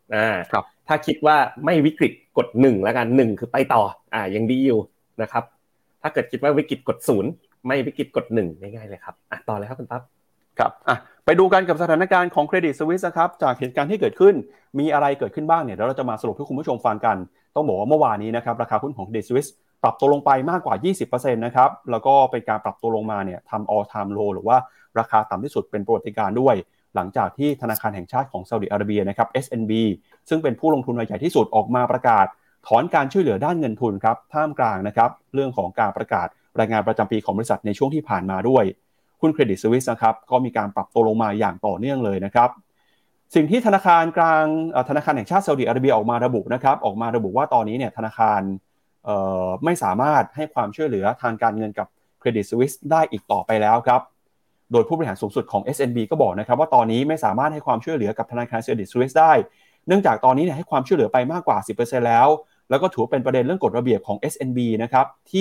0ถ้าคิดว่าไม่วิกฤตกด1แล้วกัน1คือไปต่อยังดีอยู่นะครับถ้าเกิดคิดว่าวิกฤตกด0ไม่วิกฤตกด1ง่ายๆเลยครับต่อเลยครับคุณปั๊บครับไปดูกันกับสถานการณ์ของเครดิตสวิสครับจากเหตุการณ์ที่เกิดขึ้นมีอะไรเกิดขึ้นบ้างเนี่ยเดี๋ยวเราจะมาสรุปให้คุณผู้ชมฟังกันต้องบอกว่าเมื่อวานนี้นะครับราคาหุ้นของเครดิตสวิสปรับตัวลงไปมากกว่า 20% นะครับแล้วก็เป็นการปรับตัวลงมาเนี่ยทำ all time low หรือว่าราคาต่ำที่สุดเป็นประวัติการณ์ด้วยหลังจากที่ธนาคารแห่งชาติของซาอุดิอาระเบียนะครับ SNB ซึ่งเป็นผู้ลงทุนรายใหญ่ที่สุดออกมาประกาศถอนการช่วยเหลือด้านเงินทุนครับท่ามกลางนะครับเรื่องของการประกาศรายงานประจำปีของบริษัทในช่วงที่ผ่านมาด้วยหุ้นเครดิตสวิสนะครับก็มีการปรับตัวลงมาอย่างต่อเนื่องเลยนะครับสิ่งที่ธนาคารแห่งชาติซาอุดิอาระเบียออกมาระบุนะครับออกมาระบุว่าตอนนี้เนี่ยธนาคารไม่สามารถให้ความช่วยเหลือทางการเงินกับเครดิตสวิสได้อีกต่อไปแล้วครับโดยผู้บริหารสูงสุดของ SNB ก็บอกนะครับว่าตอนนี้ไม่สามารถให้ความช่วยเหลือกับธนาคารเครดิตสวิสได้เนื่องจากตอนนี้เนี่ยให้ความช่วยเหลือไปมากกว่า 10% แล้วก็ถือเป็นประเด็นเรื่องกฎระเบียบของ SNB นะครับที่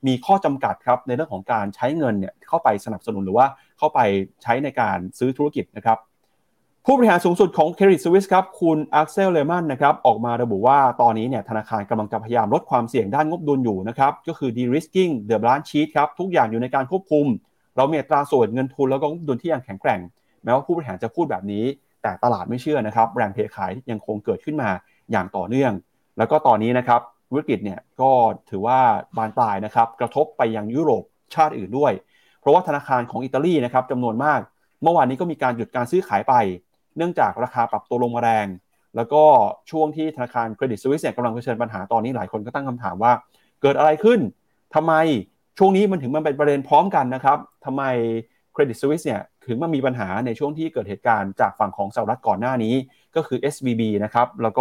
มีข้อจำกัดครับในเรื่องของการใช้เงินเนี่ยเข้าไปสนับสนุนหรือว่าเข้าไปใช้ในการซื้อธุรกิจนะครับผู้บริหารสูงสุดของ Credit Suisse ครับคุณอักเซลเลมันนะครับออกมาระบุว่าตอนนี้เนี่ยธนาคารกำลังจะพยายามลดความเสี่ยงด้านงบดุลอยู่นะครับก็คือ de-risking the balance sheet ครับทุกอย่างอยู่ในการควบคุมเรามีอัตราส่วนเงินทุนแล้วก็งบดุลที่ยังแข็งแกร่งแม้ว่าผู้บริหารจะพูดแบบนี้แต่ตลาดไม่เชื่อนะครับแรงเทขายยังคงเกิดขึ้นมาอย่างต่อเนื่องแล้วก็ตอนนี้นะครับวิกฤตเนี่ยก็ถือว่าบานปลายนะครับกระทบไปยังยุโรปชาติอื่นด้วยเพราะว่าธนาคารของอิตาลีนะครับจำนวนมากเมื่อวานนี้ก็มีการหยุดการซื้อขายไปเนื่องจากราคาปรับตัวลงมาแรงแล้วก็ช่วงที่ธนาคารเครดิตสวิสเนี่ยกำลังเผชิญปัญหาตอนนี้หลายคนก็ตั้งคำถามว่าเกิดอะไรขึ้นทำไมช่วงนี้มันถึงมันเป็นประเด็นพร้อมกันนะครับทำไมเครดิตสวิสเนี่ยถึงมันมีปัญหาในช่วงที่เกิดเหตุการณ์จากฝั่งของสหรัฐก่อนหน้านี้ก็คือ SVB นะครับแล้วก็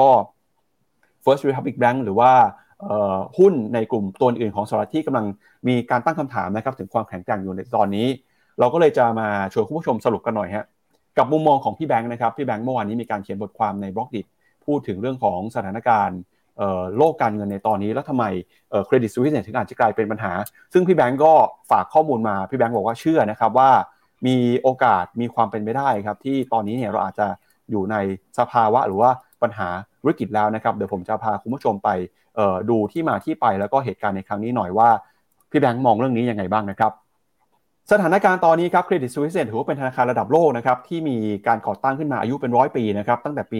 First Republic Bank หรือว่าหุ้นในกลุ่มตัวอื่นของสหรัฐที่กำลังมีการตั้งคำถามนะครับถึงความแข็งแกร่งอยู่ในตอนนี้เราก็เลยจะมาชวนคุณผู้ชมสรุปกันหน่อยฮะกับมุมมองของพี่แบงค์นะครับพี่แบงค์เมื่อวานนี้มีการเขียนบทความในบล็อกดิพูดถึงเรื่องของสถานการณ์โลกการเงินในตอนนี้แล้วทำไมเครดิตสวิสเนี่ยถึงอาจจะกลายเป็นปัญหาซึ่งพี่แบงค์ก็ฝากข้อมูลมาพี่แบงค์บอกว่าเชื่อนะครับว่ามีโอกาสมีความเป็นไปได้ครับที่ตอนนี้เนี่ยเราอาจจะอยู่ในสภาวะหรือว่าปัญหาวิกฤตแล้วนะครับเดี๋ยวผมจะพาคุณผู้ชมไปดูที่มาที่ไปแล้วก็เหตุการณ์ในครั้งนี้หน่อยว่าพี่แบงค์มองเรื่องนี้ยังไงบ้างนะครับสถานการณ์ตอนนี้ครับเครดิตสวิสถือว่าเป็นธนาคารระดับโลกนะครับที่มีการก่อตั้งขึ้นมาอายุเป็น100 ปีนะครับตั้งแต่ปี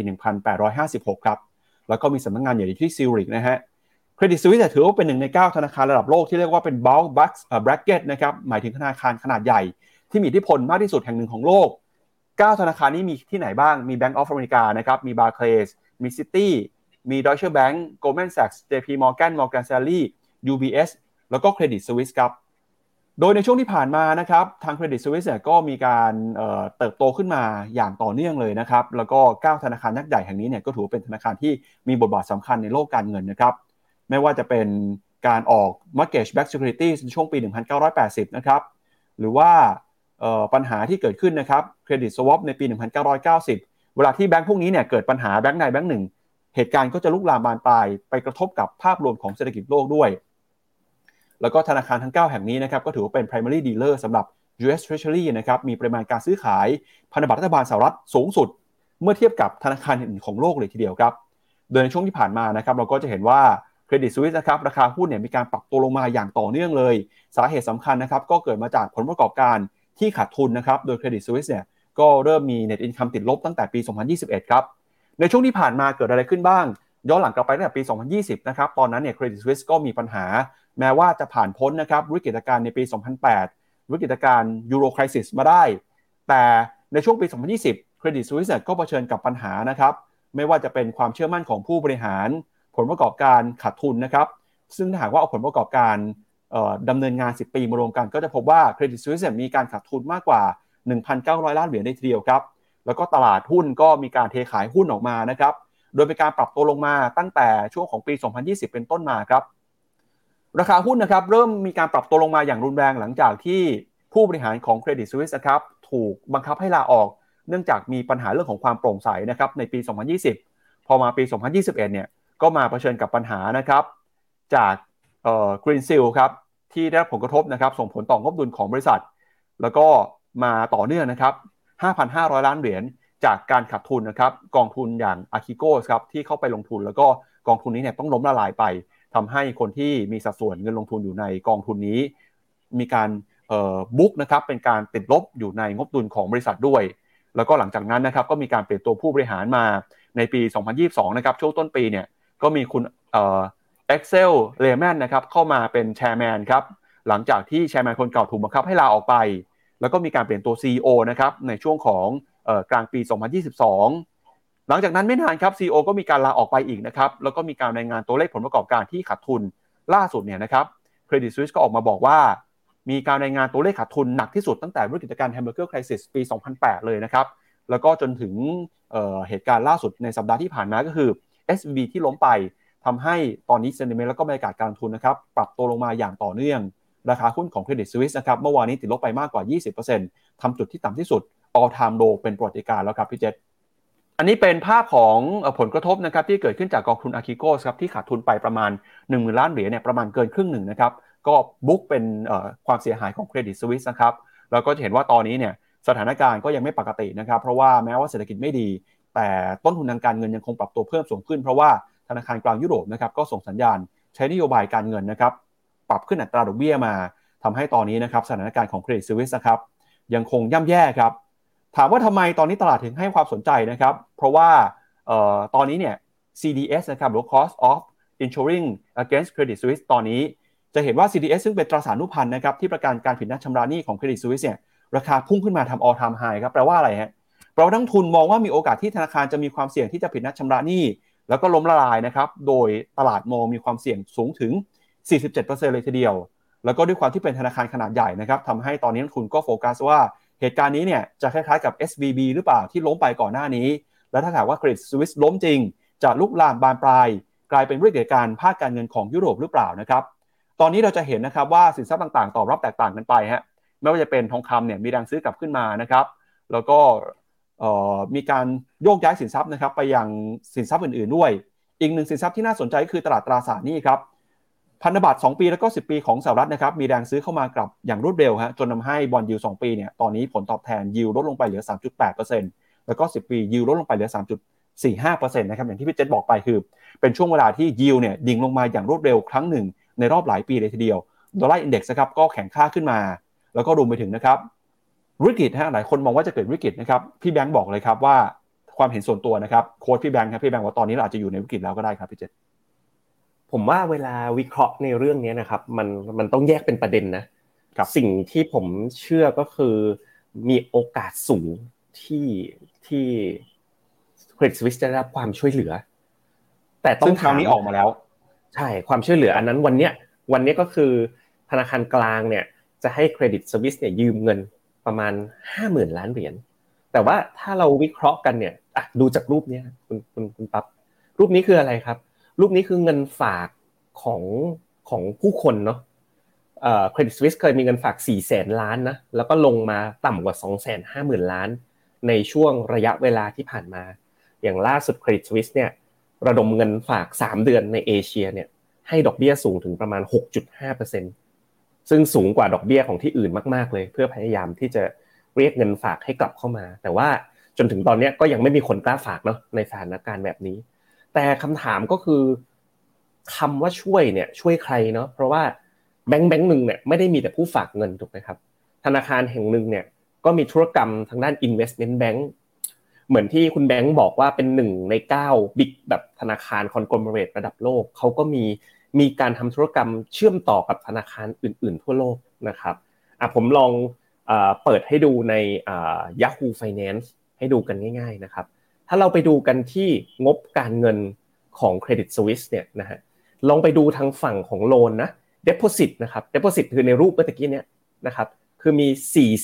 1856 ครับแล้วก็มีสำนักงานใหญ่ที่ซิลริกนะฮะเครดิตสวิสถือว่าเป็น1ใน9ธนาคารระดับโลกที่เรียกว่าเป็น bulge bracket นะครับหมายถึงธนาคารขนาดใหญ่ที่มีอิทธิพลมากที่สุดแห่งหนึ่งของโลก9ธนาคารนี้มีที่ไหนบ้างมี Bank of America นะครับมี Barclays มี Citi มี Deutsche Bank Goldman Sachs JP Morgan Morgan Stanley UBS แล้วก็ Credit Suisse ครับโดยในช่วงที่ผ่านมานะครับทาง Credit Suisse ก็มีการเติบโตขึ้นมาอย่างต่อเนื่องเลยนะครับแล้วก็9ธนาคารยักษ์ใหญ่แห่งนี้เนี่ยก็ถือเป็นธนาคารที่มีบทบาทสำคัญในโลกการเงินนะครับไม่ว่าจะเป็นการออก Mortgage Backed Securities ในช่วงปี 1980 นะครับหรือว่าปัญหาที่เกิดขึ้นนะครับ Credit Swap ในปี 1990 เวลาที่แบงค์พวกนี้เนี่ยเกิดปัญหาแบงค์ใดแบงค์หนึ่งเหตุการณ์ก็จะลุกลามบานปลายไปกระทบกับภาพรวมของเศรษฐกิจโลกด้วยแล้วก็ธนาคารทั้ง9แห่งนี้นะครับก็ถือว่าเป็น primary dealer สำหรับ US Treasury นะครับมีปริมาณการซื้อขายพันธบัตรรัฐบาลสหรัฐสูงสุดเมื่อเทียบกับธนาคารอื่นของโลกเลยทีเดียวครับโดยในช่วงที่ผ่านมานะครับเราก็จะเห็นว่า Credit Suisse นะครับราคาหุ้นเนี่ยมีการปรับตัวลงมาอย่างต่อเนื่องเลยสาเหตุสำคัญนะครับก็เกิดมาจากผลประกอบการที่ขาดทุนนะครับโดย Credit Suisse เนี่ยก็เริ่มมี Net Income ติดลบตั้งแต่ปี 2021 ครับในช่วงที่ผ่านมาเกิดอะไรขึ้นบ้างย้อนหลังกลับไปตั้งแต่ปี 2020 นะครับตอนนั้นเนี่ย Credit Suisse ก็มีปัญหาแม้ว่าจะผ่านพ้นนะครับวิกฤตการณ์ในปี 2008 วิกฤตการณ์ Euro Crisis มาได้แต่ในช่วงปี 2020 Credit Suisse ก็เผชิญกับปัญหานะครับไม่ว่าจะเป็นความเชื่อมั่นของผู้บริหารผลประกอบการขาดทุนนะครับซึ่งถ้าหากว่าเอาผลประกอบการดำเนินงาน10 ปีมารวมกันก็จะพบว่า Credit Suisse มีการขาดทุนมากกว่า 1,900 ล้านเหรียญในทีเดียวครับแล้วก็ตลาดหุ้นก็มีการเทขายหุ้นออกมานะครับโดยเป็นการปรับตัวลงมาตั้งแต่ช่วงของปี 2020 เป็นต้นมาครับราคาหุ้นนะครับเริ่มมีการปรับตัวลงมาอย่างรุนแรงหลังจากที่ผู้บริหารของ Credit Suisse นะครับถูกบังคับให้ลาออกเนื่องจากมีปัญหาเรื่องของความโปร่งใสนะครับในปี 2020 พอมาปี 2021 เนี่ยก็มาเผชิญกับปัญหานะครับจากGreen Seal ครับที่ได้รับผลกระทบนะครับส่งผลต่องบดุลของบริษัทแล้วก็มาต่อเนื่องนะครับ 5,500 ล้านเหรียญจากการขาดทุนนะครับกองทุนอย่าง Archegos ครับที่เข้าไปลงทุนแล้วก็กองทุนนี้เนี่ยต้องล้มละลายไปทำให้คนที่มีสัดส่วนเงินลงทุนอยู่ในกองทุนนี้มีการบุ๊กนะครับเป็นการติดลบอยู่ในงบดุลของบริษัทด้วยแล้วก็หลังจากนั้นนะครับก็มีการเปลี่ยนตัวผู้บริหารมาในปี 2022 นะครับช่วงต้นปีเนี่ยก็มีคุณAxel Lehman นะครับเข้ามาเป็นแชร์แมนครับหลังจากที่แชร์แมนคนเก่าถูกบังคับให้ลาออกไปแล้วก็มีการเปลี่ยนตัว CEO นะครับในช่วงของกลางปี 2022 หลังจากนั้นไม่นานครับ CEO ก็มีการลาออกไปอีกนะครับแล้วก็มีการรายงานตัวเลขผลประกอบการที่ขาดทุนล่าสุดเนี่ยนะครับ Credit Suisse ก็ออกมาบอกว่ามีการรายงานตัวเลขขาดทุนหนักที่สุดตั้งแต่วิกฤตการณ์ Hamburger Crisis ปี 2008 เลยนะครับแล้วก็จนถึงเหตุการณ์ล่าสุดในสัปดาห์ที่ผ่านมาก็คือ SVB ที่ล้มไปทำให้ตอนนี้ sentiment แล้วก็บรรยากาศการลงทุนนะครับปรับตัวลงมาอย่างต่อเนื่องราคาหุ้นของ Credit Suisse นะครับเมื่อวานนี้ติดลบไปมากกว่า 20% ทำจุดที่ต่ำที่สุด all time low เป็นประวัติการณ์แล้วครับพี่เจษอันนี้เป็นภาพของผลกระทบนะครับที่เกิดขึ้นจากกองทุน Archegos ครับที่ขาดทุนไปประมาณ 10,000 ล้านเหรียญเนี่ยประมาณเกินครึ่งหนึ่งนะครับก็บุ๊กเป็นความเสียหายของ Credit Suisse นะครับแล้วก็จะเห็นว่าตอนนี้เนี่ยสถานการณ์ก็ยังไม่ปกตินะครับเพราะว่าแม้ว่าเศรษฐกิจไม่ดีแต่ต้นทุนทางการเงินยังคงปรับตัวเพิ่มสูงขึ้นเพราะว่าธนาคารกลางยุโรปนะครับก็ส่งสัญญาณใช้นโยบายการเงินนะครับปรับขึ้นอัตราดอกเบี้ยมาทำให้ตอนนี้นะครับสถานการณ์ของ Credit Suisse นะครับยังคงย่ำแย่ครับถามว่าทำไมตอนนี้ตลาดถึงให้ความสนใจนะครับเพราะว่าตอนนี้เนี่ย CDS นะครับหรือ Cost of Insuring Against Credit Suisse ตอนนี้จะเห็นว่า CDS ซึ่งเป็นตราสารหนี้พันนะครับที่ประกันการผิดนัดชำระหนี้ของ Credit Suisse เนี่ยราคาพุ่งขึ้นมาทำ all time high ครับแปลว่าอะไรฮะแปลว่านักทุนมองว่ามีโอกาสที่ธนาคารจะมีความเสี่ยงที่จะผิดนัดชำระหนี้แล้วก็ล้มละลายนะครับโดยตลาดมองมีความเสี่ยงสูงถึง 47% เลยทีเดียวแล้วก็ด้วยความที่เป็นธนาคารขนาดใหญ่นะครับทำให้ตอนนี้นักทุนก็โฟกัสว่าเหตุการณ์นี้เนี่ยจะคล้ายๆกับ SVB หรือเปล่าที่ล้มไปก่อนหน้านี้แล้วถ้าหากว่า Credit Suisse ล้มจริงจะลุกลามบานปลายกลายเป็นวิกฤตการณ์ภาคการเงินของยุโรปหรือเปล่านะครับตอนนี้เราจะเห็นนะครับว่าสินทรัพย์ต่างๆตอบรับแตกต่างกันไปฮะไม่ว่าจะเป็นทองคำเนี่ยมีแรงซื้อกลับขึ้นมานะครับแล้วก็มีการโยกย้ายสินทรัพย์นะครับไปยังสินทรัพย์อื่นๆด้วยอีกหนึ่งสินทรัพย์ที่น่าสนใจคือตลาดตราสารหนี้ครับพันธบัตร2ปีแล้วก็10ปีของสหรัฐนะครับมีแรงซื้อเข้ามากลับอย่างรวดเร็วฮะจนทำให้บอนด์ยิลด์2ปีเนี่ยตอนนี้ผลตอบแทนยิลด์ลดลงไปเหลือ 3.8% แล้วก็10ปียิลด์ลดลงไปเหลือ 3.45% นะครับอย่างที่พี่เจษบอกไปคือเป็นช่วงเวลาที่ยิลด์เนี่ยดิ่งลงมาอย่างรวดเร็วครั้งหนึ่งในรอบหลายปีเลยทีเดียวดอลลาร์อินเด็กซ์นะครับก็แข็งค่าขึ้นมาแล้วก็รวมไปถึงนะครับวิกฤตฮะหลายคนมองว่าจะเกิดวิกฤตนะครับพี่แบงค์บอกเลยครับว่าความเห็นส่วนตัวนะครับโค้ชพี่แบงค์ครับพี่แบงค์ว่าตอนนี้เราอาจจะอยู่ในวิกฤตแล้วก็ได้ครับพี่เจษผมว่าเวลาวิเคราะห์ในเรื่องนี้นะครับมันต้องแยกเป็นประเด็นนะครับสิ่งที่ผมเชื่อก็คือมีโอกาสสูงที่ Credit Suisse จะได้รับความช่วยเหลือแต่ต้องคราวนี้ออกมาแล้วใช่ความช่วยเหลืออันนั้นวันนี้ก็คือธนาคารกลางเนี่ยจะให้ Credit Suisse เนี่ยยืมเงินประมาณ 50,000 ล้านเหรียญแต่ว่าถ้าเราวิเคราะห์กันเนี่ยดูจากรูปนี้คุณปั๊บรูปนี้คืออะไรครับรูปนี้คือเงินฝากของผู้คนเนาะCredit Suisse เคยมีเงินฝาก 400,000 ล้านนะแล้วก็ลงมาต่ำกว่า 250,000 ล้านในช่วงระยะเวลาที่ผ่านมาอย่างล่าสุด Credit Suisse เนี่ยระดมเงินฝาก3เดือนในเอเชียเนี่ยให้ดอกเบี้ยสูงถึงประมาณ 6.5% ซึ่งสูงกว่าดอกเบี้ยของที่อื่นมากๆเลยเพื่อพยายามที่จะเรียกเงินฝากให้กลับเข้ามาแต่ว่าจนถึงตอนนี้ก็ยังไม่มีคนกล้าฝากเนาะในสถานการณ์แบบนี้แต่คำถามก็คือคำว่าช่วยเนี่ยช่วยใครเนาะเพราะว่าแบงค์นึงเนี่ยไม่ได้มีแต่ผู้ฝากเงินถูกไหมครับธนาคารแห่งนึงเนี่ยก็มีธุรกรรมทางด้าน investment bank เหมือนที่คุณแบงค์บอกว่าเป็น1ใน9บิ๊กแบบธนาคารคอนกลอเมเรตระดับโลกเขาก็มีการทำธุรกรรมเชื่อมต่อกับธนาคารอื่นๆทั่วโลกนะครับผมลองเปิดให้ดูในYahoo Finance ให้ดูกันง่ายๆนะครับถ้าเราไปดูกันที่งบการเงินของ Credit Suisse เนี่ยนะฮะลองไปดูทางฝั่งของโลนนะ deposit นะครับ deposit คือในรูปเมื่อกี้เนี่ยนะครับคือมี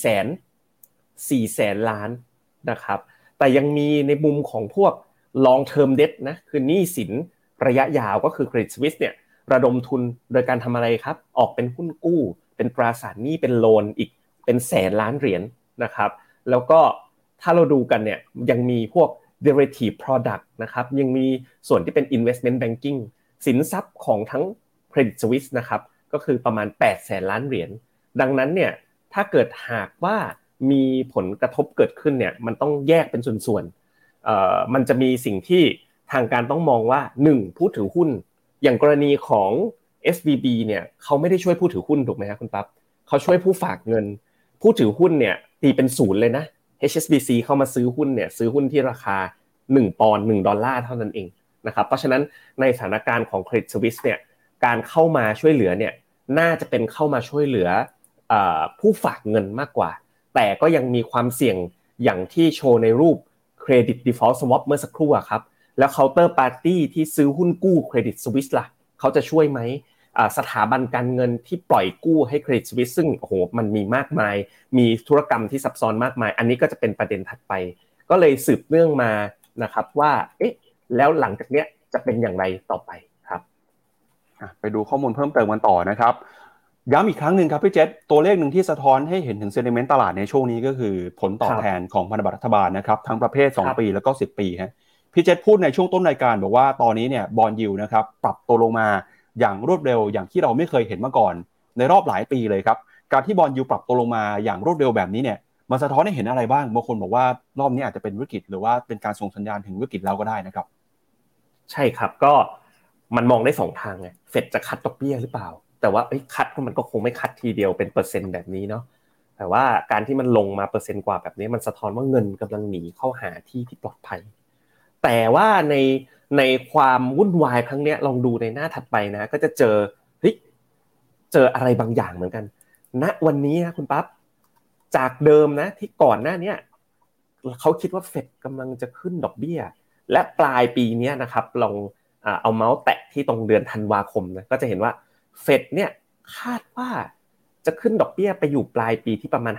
400,000 ล้านนะครับแต่ยังมีในมุมของพวก long term debt นะคือหนี้สินระยะยาวก็คือ Credit Suisse เนี่ยระดมทุนโดยการทำอะไรครับออกเป็นหุ้นกู้เป็นตราสารหนี้เป็นโลนอีกเป็นแสนล้านเหรียญนะครับแล้วก็ถ้าเราดูกันเนี่ยยังมีพวก derivative product นะครับยังมีส่วนที่เป็น investment banking สินทรัพย์ของทั้ง Credit Suisse นะครับก็คือประมาณ800,000 ล้านเหรียญดังนั้นเนี่ยถ้าเกิดหากว่ามีผลกระทบเกิดขึ้นเนี่ยมันต้องแยกเป็นส่วนๆมันจะมีสิ่งที่ทางการต้องมองว่า1ผู้ถือหุ้นอย่างกรณีของ SVB เนี่ยเขาไม่ได้ช่วยผู้ถือหุ้นถูกไหมครับคุณปั๊บเขาช่วยผู้ฝากเงินผู้ถือหุ้นเนี่ยตีเป็น0เลยนะ HSBC เข้ามาซื้อหุ้นเนี่ยซื้อหุ้นที่ราคา1ปอนด์1ดอลลาร์เท่านั้นเองนะครับเพราะฉะนั้นในสถานการณ์ของ Credit Suisse เนี่ยการเข้ามาช่วยเหลือเนี่ยน่าจะเป็นเข้ามาช่วยเหลือผู้ฝากเงินมากกว่าแต่ก็ยังมีความเสี่ยงอย่างที่โชว์ในรูป Credit Default Swap เมื่อสักครู่ครับแล้ว Counter Party ที่ซื้อหุ้นกู้ Credit Suisse ล่ะเขาจะช่วยไหมสถาบันการเงินที่ปล่อยกู้ให้ Credit Suisse ซึ่งโอ้โหมันมีมากมายมีธุรกรรมที่ซับซ้อนมากมายอันนี้ก็จะเป็นประเด็นถัดไปก็เลยสืบเนื่องมานะครับว่าเอ๊ะแล้วหลังจากเนี้ยจะเป็นอย่างไรต่อไปครับไปดูข้อมูลเพิ่มเติมกันต่อนะครับย้ำอีกครั้งนึงครับพี่เจษตัวเลขนึงที่สะท้อนให้เห็นถึงเซนติเมนต์ตลาดในช่วงนี้ก็คือผลตอบแทนของพันธบัตรรัฐบาลนะครับทั้งประเภท2ปีแล้วก็10ปีฮะพี่เจษพูดในช่วงต้นรายการบอกว่าตอนนี้เนี่ยบอนด์ยิลด์นะครับปรับตัวลงมาอย่างรวดเร็วอย่างที่เราไม่เคยเห็นมาก่อนในรอบหลายปีเลยครับการที่บอนด์ยิลด์ปรับตัวลงมาอย่างรวดเร็วแบบนี้เนี่ยมันสะท้อนให้เห็นอะไรบ้างบางคนบอกว่ารอบนี้อาจจะเป็นวิกฤตหรือว่าเป็นการส่งสัญญาณถึงวิกฤตแล้วก็ได้นะครับใช่ครับก็มันมองได้2ทางไงเฟดจะคัทดอกเบี้ยหรือเปล่าแต่ว่าคัทมันก็คงไม่คัททีเดียวเป็นเปอร์เซ็นต์แบบนี้เนาะแต่ว่าการที่มันลงมาเปอร์เซ็นต์กว่าแบบนี้มันสะท้อนว่าเงินกำลังหนีเข้าหาที่ปลอดภัยแต่ว่าในความวุ่นวายครั้งนี้ลองดูในหน้าถัดไปนะก็จะเจออะไรบางอย่างเหมือนกันณวันนี้นะคุณปั๊บจากเดิมนะที่ก่อนหน้านี้เขาคิดว่าเฟดกำลังจะขึ้นดอกเบี้ยและปลายปีนี้นะครับลองเอาเมาส์แตะที่ตรงเดือนธันวาคมนะก็จะเห็นว่าเฟดเนี่ยคาดว่าจะขึ้นดอกเบี้ยไปอยู่ปลายปีที่ประมาณ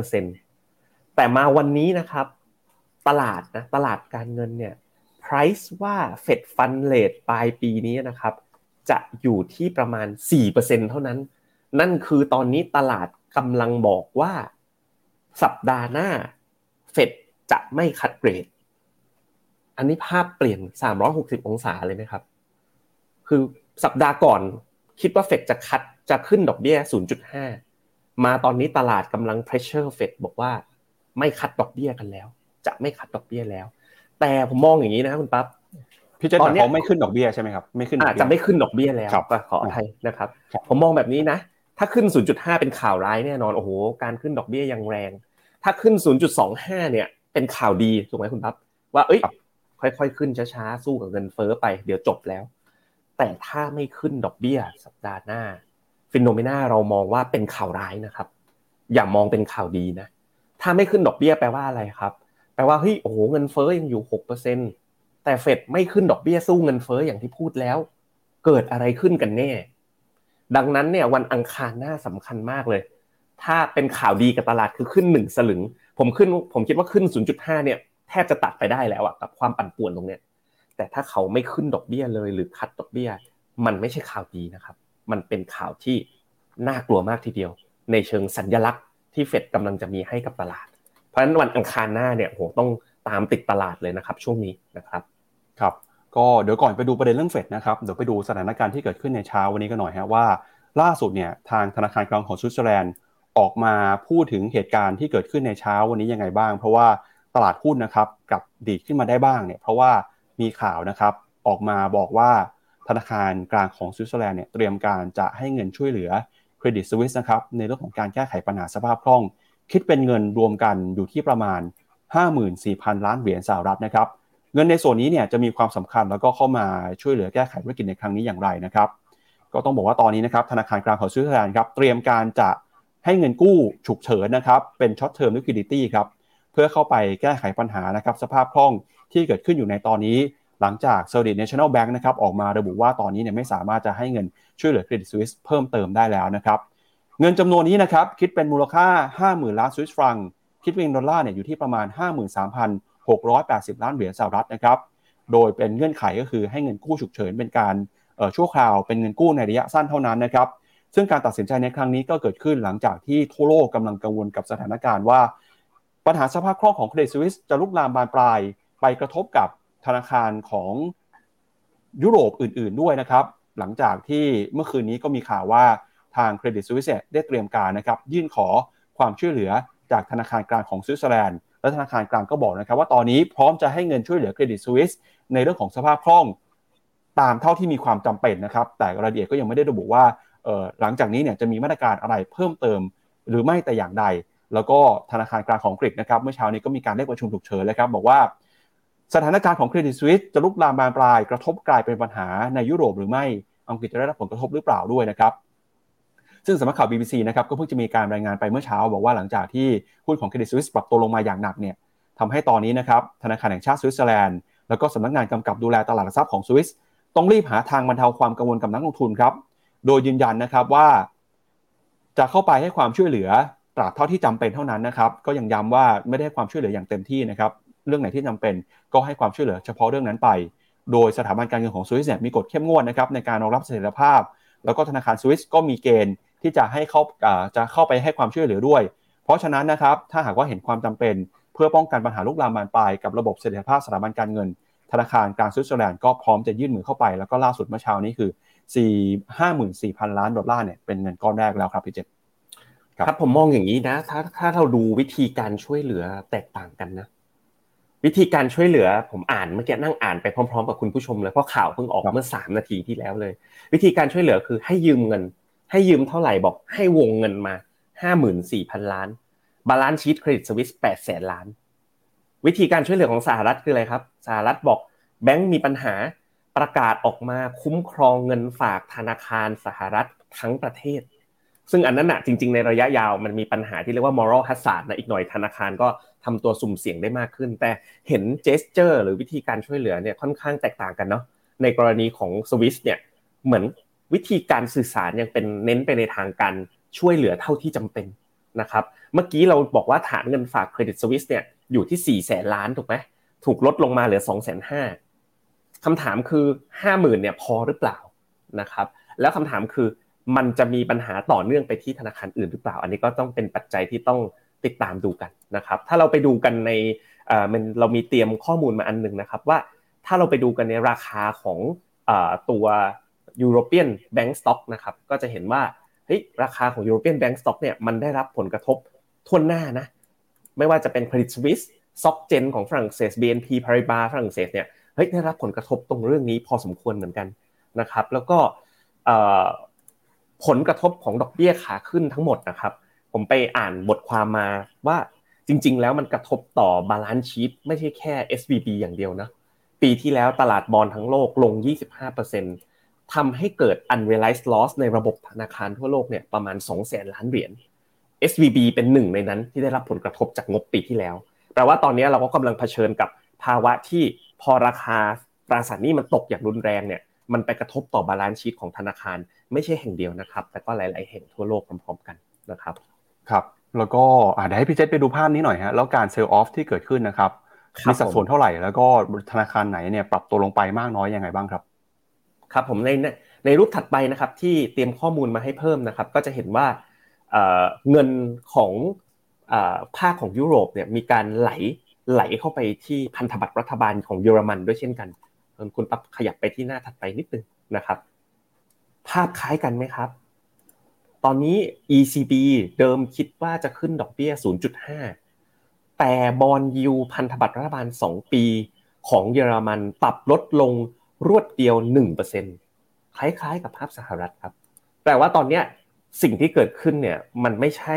5% แต่มาวันนี้นะครับตลาดการเงินเนี่ย price ว่า Fed Fund Rate ปลายปีนี้นะครับจะอยู่ที่ประมาณ 4% เท่านั้นนั่นคือตอนนี้ตลาดกำลังบอกว่าสัปดาห์หน้าเฟดจะไม่คัทเรทอันนี้ภาพเปลี่ยน360องศาเลยนะครับคือสัปดาห์ก่อนคิดว่าเฟดจะขึ้นดอกเบี้ย 0.5 มาตอนนี้ตลาดกำลัง pressure เฟดบอกว่าไม่คัทดอกเบี้ยกันแล้วจะไม่คัทดอกเบี้ยแล้วแต่ผมมองอย่างนี้นะคุณปั๊บพี่เจษเขาไม่ขึ้นดอกเบี้ยใช่ไหมครับไม่ขึ้นจะไม่ขึ้นดอกเบี้ยแล้วขออภัยนะครับผมมองแบบนี้นะถ้าขึ้น 0.5 เป็นข่าวร้ายแน่นอนโอ้โหการขึ้นดอกเบี้ยยังแรงถ้าขึ้น 0.25 เนี่ยเป็นข่าวดีถูกไหมคุณปั๊บว่าค่อยๆขึ้นช้าๆสู้กับเงินเฟ้อไปเดี๋ยวจบแล้วแต่ถ้าไม่ขึ้นดอกเบี้ยสัปดาห์หน้าฟิโนเมนาเรามองว่าเป็นข่าวร้ายนะครับอย่ามองเป็นข่าวดีนะถ้าไม่ขึ้นดอกเบี้ยแปลว่าอะไรครับแปลว่าโอ้โหเงินเฟ้อยังอยู่ 6% แต่เฟดไม่ขึ้นดอกเบี้ยสู้เงินเฟ้ออย่างที่พูดแล้วเกิดอะไรขึ้นกันแน่ดังนั้นเนี่ยวันอังคารหน้าสำคัญมากเลยถ้าเป็นข่าวดีกับตลาดคือขึ้น1สลึงผมคิดว่าขึ้น 0.5 เนี่ยแทบจะตัดไปได้แล้วกับความปั่นป่วนตรงเนี้ยแต่ถ้าเขาไม่ขึ้นดอกเบี้ยเลยหรือคัทดอกเบี้ยมันไม่ใช่ข่าวดีนะครับมันเป็นข่าวที่น่ากลัวมากทีเดียวในเชิงสัญลักษณ์ที่เฟดกำลังจะมีให้กับตลาดเพราะฉะนั้นวันอังคารหน้าเนี่ยโหต้องตามติดตลาดเลยนะครับช่วงนี้นะครับครับก็เดี๋ยวก่อนไปดูประเด็นเรื่องเฟดนะครับเดี๋ยวไปดูสถานการณ์ที่เกิดขึ้นในเช้าวันนี้กันหน่อยฮะว่าล่าสุดเนี่ยทางธนาคารกลางของสวิตเซอร์แลนด์ออกมาพูดถึงเหตุการณ์ที่เกิดขึ้นในเช้าวันนี้ยังไงบ้างเพราะว่าตลาดหุ้นนะครับกลับดีดขึ้นมาได้บ้างเนี่ยเพราะว่ามีข่าวนะครับออกมาบอกว่าธนาคารกลางของสวิตเซอร์แลนด์เนี่ยเตรียมการจะให้เงินช่วยเหลือเครดิตสวิสนะครับในเรื่องของการแก้ไขปัญหาสภาพคล่องคิดเป็นเงินรวมกันอยู่ที่ประมาณ 54,000 ล้านเหรียญสหรัฐนะครับเงินในส่วนนี้เนี่ยจะมีความสำคัญแล้วก็เข้ามาช่วยเหลือแก้ไขวิกฤตในครั้งนี้อย่างไรนะครับก็ต้องบอกว่าตอนนี้นะครับธนาคารกลางของสวิตเซอร์แลนด์ครับเตรียมการจะให้เงินกู้ฉุกเฉินนะครับเป็น short term liquidity ครับเพื่อเข้าไปแก้ไขปัญหานะครับสภาพคล่องที่เกิดขึ้นอยู่ในตอนนี้หลังจาก Saudi National Bank นะครับออกมาระบุว่าตอนนี้เนี่ยไม่สามารถจะให้เงินช่วยเหลือ Credit Suisse เพิ่มเติมได้แล้วนะครับเงินจำนวนนี้นะครับคิดเป็นมูลค่า 50,000 ล้านสวิสฟรังคิดเป็นดอลลาร์เนี่ยอยู่ที่ประมาณ 53,680 ล้านเหรียญสหรัฐนะครับโดยเป็นเงื่อนไขก็คือให้เงินกู้ฉุกเฉินเป็นการชั่วคราวเป็นเงินกู้ในระยะสั้นเท่านั้นนะครับซึ่งการตัดสินใจในครั้งนี้ก็เกิดขึ้นหลังจากที่ทั่วโลกกำลังกังวลกับสถานการณ์ว่าปัญหาสภาพคล่องของ Credit Suisse จะลุกลามบานปลายไปกระทบกับธนาคารของยุโรปอื่นๆด้วยนะครับหลังจากที่เมื่อคืนนี้ก็มีข่าวว่าทาง Credit Suisse ได้เตรียมการนะครับยื่นขอความช่วยเหลือจากธนาคารกลางของสวิตเซอร์แลนด์และธนาคารกลางก็บอกนะครับว่าตอนนี้พร้อมจะให้เงินช่วยเหลือ Credit Suisse ในเรื่องของสภาพคล่องตามเท่าที่มีความจำเป็นนะครับแต่รายละเอียดก็ยังไม่ได้ระบุว่าหลังจากนี้เนี่ยจะมีมาตรการอะไรเพิ่มเติมหรือไม่แต่อย่างใดแล้วก็ธนาคารกลางของอังกฤษนะครับเมื่อเช้านี้ก็มีการเรียกประชุมฉุกเฉินเลยครับบอกว่าสถานการณ์ของ Credit Suisse จะลุกลามบานปลายกระทบกลายเป็นปัญหาในยุโรปหรือไม่อังกฤษจะได้รับผลกระทบหรือเปล่าด้วยนะครับซึ่งสำนักข่าว BBC นะครับก็เพิ่งจะมีการรายงานไปเมื่อเช้าบอกว่าหลังจากที่หุ้นของ Credit Suisse ปรับตัวลงมาอย่างหนักเนี่ยทำให้ตอนนี้นะครับธนาคารแห่งชาติสวิตเซอร์แลนด์แล้วก็สำนักงานกำกับดูแลตลาดหลักทรัพย์ของสวิสต้องรีบหาทางบรรเทาความกังวลกับนักลงทุนครับโดยยืนยันนะครับว่าจะเข้าไปให้ความช่วยเหลือตราบเท่าที่จำเป็นเท่านั้นนะครับก็ยังย้ำว่าไม่ได้ให้ความช่วยเหลืออย่างเต็มที่นะครับเรื่องไหนที่จำเป็นก็ให้ความช่วยเหลือเฉพาะเรื่องนั้นไปโดยสถาบันการเงินของสวิสเนี่ยมีกฎเข้มงวดนะครับในการรองรับเสถียรภาพแล้วก็ธนาคารสวิสก็มีเกณฑ์ที่จะเข้าไปให้ความช่วยเหลือด้วยเพราะฉะนั้นนะครับถ้าหากว่าเห็นความจำเป็นเพื่อป้องกันปัญหาลุกลามบานปลายกับระบบเสถียรภาพสถาบันการเงินธนาคารกลางสวิตเซอร์แลนด์ก็พร้อมจะยื่นมือเข้าไปแล้วก็ล่าสุดเมื่อเช้านี้คือ54,000 ล้านดอลลาร์เนี่ยเป็นเงินก้อนแรกแล้วครับพี่เจษครับผมมองอย่างนี้นะถ้าเราดูวิธีการช่วยเหลือแตกต่างกันนะวิธีการช่วยเหลือผมอ่านเมื่อกี้นั่งอ่านไปพร้อมๆกับคุณผู้ชมเลยเพราะข่าวเพิ่งออกเมื่อ3นาทีที่แล้วเลยวิธีการช่วยเหลือคือให้ยืมเงินให้ยืมเท่าไหร่บอกให้วงเงินมา 54,000 ล้านบาลานซ์ชีทเครดิตสวิส800,000 ล้านวิธีการช่วยเหลือของสหรัฐคืออะไรครับสหรัฐบอกแบงก์มีปัญหาประกาศออกมาคุ้มครองเงินฝากธนาคารสหรัฐทั้งประเทศซึ่งอันนั้นน่ะจริงๆในระยะยาวมันมีปัญหาที่เรียกว่า moral hazard นะอีกหน่อยธนาคารก็ทำตัวสุ่มเสี่ยงได้มากขึ้นแต่เห็น gesture หรือวิธีการช่วยเหลือเนี่ยค่อนข้างแตกต่างกันเนาะในกรณีของสวิสเนี่ยเหมือนวิธีการสื่อสารยังเป็นเน้นไปในทางการช่วยเหลือเท่าที่จำเป็นนะครับเมื่อกี้เราบอกว่าฐานเงินฝากเครดิตสวิสเนี่ยอยู่ที่400,000 ล้านถูกไหมถูกลดลงมาเหลือ 250,000 คำถามคือ 50,000 เนี่ยพอหรือเปล่านะครับแล้วคำถามคือมันจะมีปัญหาต่อเนื่องไปที่ธนาคารอื่นหรือเปล่าอันนี้ก็ต้องเป็นปัจจัยที่ต้องติดตามดูกันนะครับถ้าเราไปดูกันในเรามีเตรียมข้อมูลมาอันนึงนะครับว่าถ้าเราไปดูกันในราคาของตัว European Bank Stock นะครับก็จะเห็นว่าราคาของ European Bank Stock เนี่ยมันได้รับผลกระทบทั่วหน้านะไม่ว่าจะเป็น Credit Suisse SocGen ของฝรั่งเศส BNP Paribas ฝรั่งเศสเนี่ยได้รับผลกระทบตรงเรื่องนี้พอสมควรเหมือนกันนะครับแล้วก็ผลกระทบของดอกเบี้ยขาขึ้นทั้งหมดนะครับผมไปอ่านบทความมาว่าจริงๆแล้วมันกระทบต่อบาลานซ์ชีทไม่ใช่แค่ SVB อย่างเดียวนะปีที่แล้วตลาดบอนด์ทั้งโลกลง 25% ทำให้เกิด unrealized loss ในระบบธนาคารทั่วโลกเนี่ยประมาณ 200,000 ล้านเหรียญ SVB เป็นหนึ่งในนั้นที่ได้รับผลกระทบจากงบปีที่แล้วแปลว่าตอนนี้เราก็กำลังเผชิญกับภาวะที่พอราคาตราสารหนี้มันตกอย่างรุนแรงเนี่ยมันไปกระทบต่อบาลานซ์ชีทของธนาคารไม่ใช่แห่งเดียวนะครับแต่ก็หลายๆแห่งทั่วโลกพร้อมๆกันนะครับครับแล้วก็เดี๋ยวให้พี่เจษไปดูภาพนี้หน่อยฮะแล้วการเซลล์ออฟที่เกิดขึ้นนะครับมีสัดส่วนเท่าไหร่แล้วก็ธนาคารไหนเนี่ยปรับตัวลงไปมากน้อยยังไงบ้างครับครับผมในรูปถัดไปนะครับที่เตรียมข้อมูลมาให้เพิ่มนะครับก็จะเห็นว่าเงินของภาคของยุโรปเนี่ยมีการไหลเข้าไปที่พันธบัตรรัฐบาลของเยอรมันด้วยเช่นกันคุณปั๊บขยับไปที่หน้าถัดไปนิดนึงนะครับภาพคล้ายกันไหมครับตอนนี้ ECB เดิมคิดว่าจะขึ้นดอกเบี้ย 0.5 แต่บอนด์ยิลด์พันธบัตรรัฐบาล2ปีของเยอรมันปรับลดลงรวดเดียว 1% คล้ายๆกับภาพสหรัฐครับแปลว่าตอนนี้สิ่งที่เกิดขึ้นเนี่ยมันไม่ใช่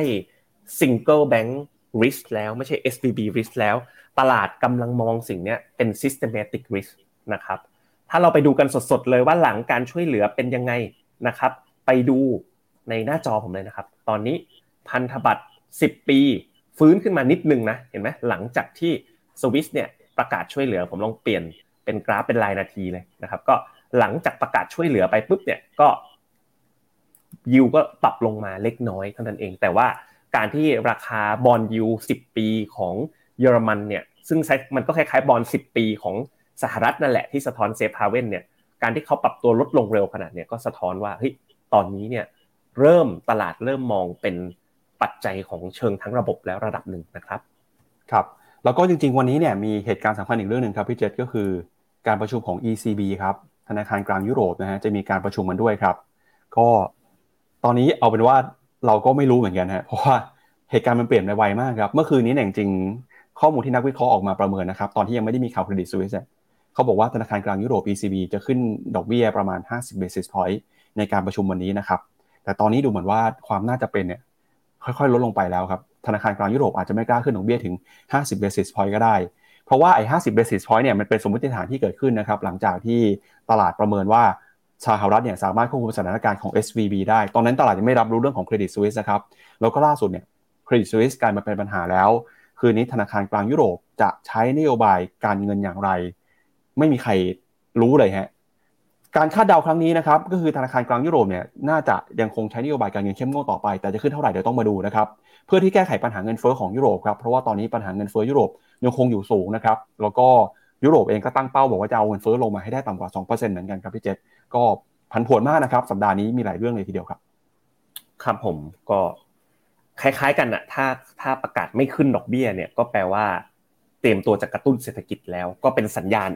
single bank risk แล้วไม่ใช่ SVB risk แล้วตลาดกำลังมองสิ่งนี้เป็น systematic risk นะครับถ้าเราไปดูกันสดๆเลยว่าหลังการช่วยเหลือเป็นยังไงนะครับไปดูในหน้าจอผมเลยนะครับตอนนี้พันธบัตร10ปีฟื้นขึ้นมานิดนึงนะเห็นไหมหลังจากที่สวิสเนี่ยประกาศช่วยเหลือผมลองเปลี่ยนเป็นกราฟเป็นรายนาทีเลยนะครับก็หลังจากประกาศช่วยเหลือไปปุ๊บเนี่ยก็ยิวก็ปรับลงมาเล็กน้อยเท่านั้นเองแต่ว่าการที่ราคาบอนด์ยิว10ปีของเยอรมันเนี่ยซึ่งมันก็คล้ายๆบอนด์10ปีของสหรัฐนั่นแหละที่สะท้อนเซฟฮาเว่นเนี่ยการที่เขาปรับตัวลดลงเร็วขนาดนี้ก็สะท้อนว่าเฮ้ยตอนนี้เนี่ยตลาดเริ่มมองเป็นปัจจัยของเชิงทั้งระบบแล้วระดับหนึ่งนะครับครับแล้วก็จริงๆวันนี้เนี่ยมีเหตุการณ์สำคัญอีกเรื่องนึงครับพี่เจษก็คือการประชุมของ ECB ครับธนาคารกลางยุโรปนะฮะจะมีการประชุมกันด้วยครับก็ตอนนี้เอาเป็นว่าเราก็ไม่รู้เหมือนกันฮะเพราะว่าเหตุการณ์มันเปลี่ยนไปไวมากครับเมื่อคืนนี้เนี่ยจริงข้อมูลที่นักวิเคราะห์ออกมาประเมินนะครับตอนที่ยังไม่ได้มีข่าวเครดิตสวิสเขาบอกว่าธนาคารกลางยุโรป ECB จะขึ้นดอกเบี้ยประมาณ50 basis point ในการประชุมวันนี้นะครับแต่ตอนนี้ดูเหมือนว่าความน่าจะเป็นเนี่ยค่อยๆลดลงไปแล้วครับธนาคารกลางยุโรปอาจจะไม่กล้าขึ้นดอกเบี้ยถึง50 basis point ก็ได้เพราะว่าไอ้50 basis point เนี่ยมันเป็นสมมติฐานที่เกิดขึ้นนะครับหลังจากที่ตลาดประเมินว่าสหรัฐเนี่ยสามารถควบคุมสถานการณ์ของ SVB ได้ตอนนั้นตลาดยังไม่รับรู้เรื่องของ Credit Suisse นะครับแล้วก็ล่าสุดเนี่ย Credit Suisse กลายมาเป็นปัญหาแล้วคืนนี้ธนาคารกลางยุโรปจะใช้นโยบายการเงินอย่างไรไม่มีใครรู้เลยฮะการคาดเดาครั้งนี้นะครับก็คือธนาคารกลางยุโรปเนี่ยน่าจะยังคงใช้นโยบายการเงินเข้มงวดต่อไปแต่จะขึ้นเท่าไหร่เดี๋ยวต้องมาดูนะครับเพื่อที่แก้ไขปัญหาเงินเฟ้อของยุโรปครับเพราะว่าตอนนี้ปัญหาเงินเฟ้อยุโรปยังคงอยู่สูงนะครับแล้วก็ยุโรปเองก็ตั้งเป้าบอกว่าจะเอาเงินเฟ้อลงมาให้ได้ต่ำกว่า 2% เหมือนกันครับพี่เจษก็ผันผวนมากนะครับสัปดาห์นี้มีหลายเรื่องเลยทีเดียวครับครับผมก็คล้ายๆกันน่ะถ้าประกาศไม่ขึ้นดอกเบี้ยเนี่ยก็แปลว่าเตรียมตัวจะกระตุ้นเศรษฐกิจแล้วก็เป็นสัญญาณอีก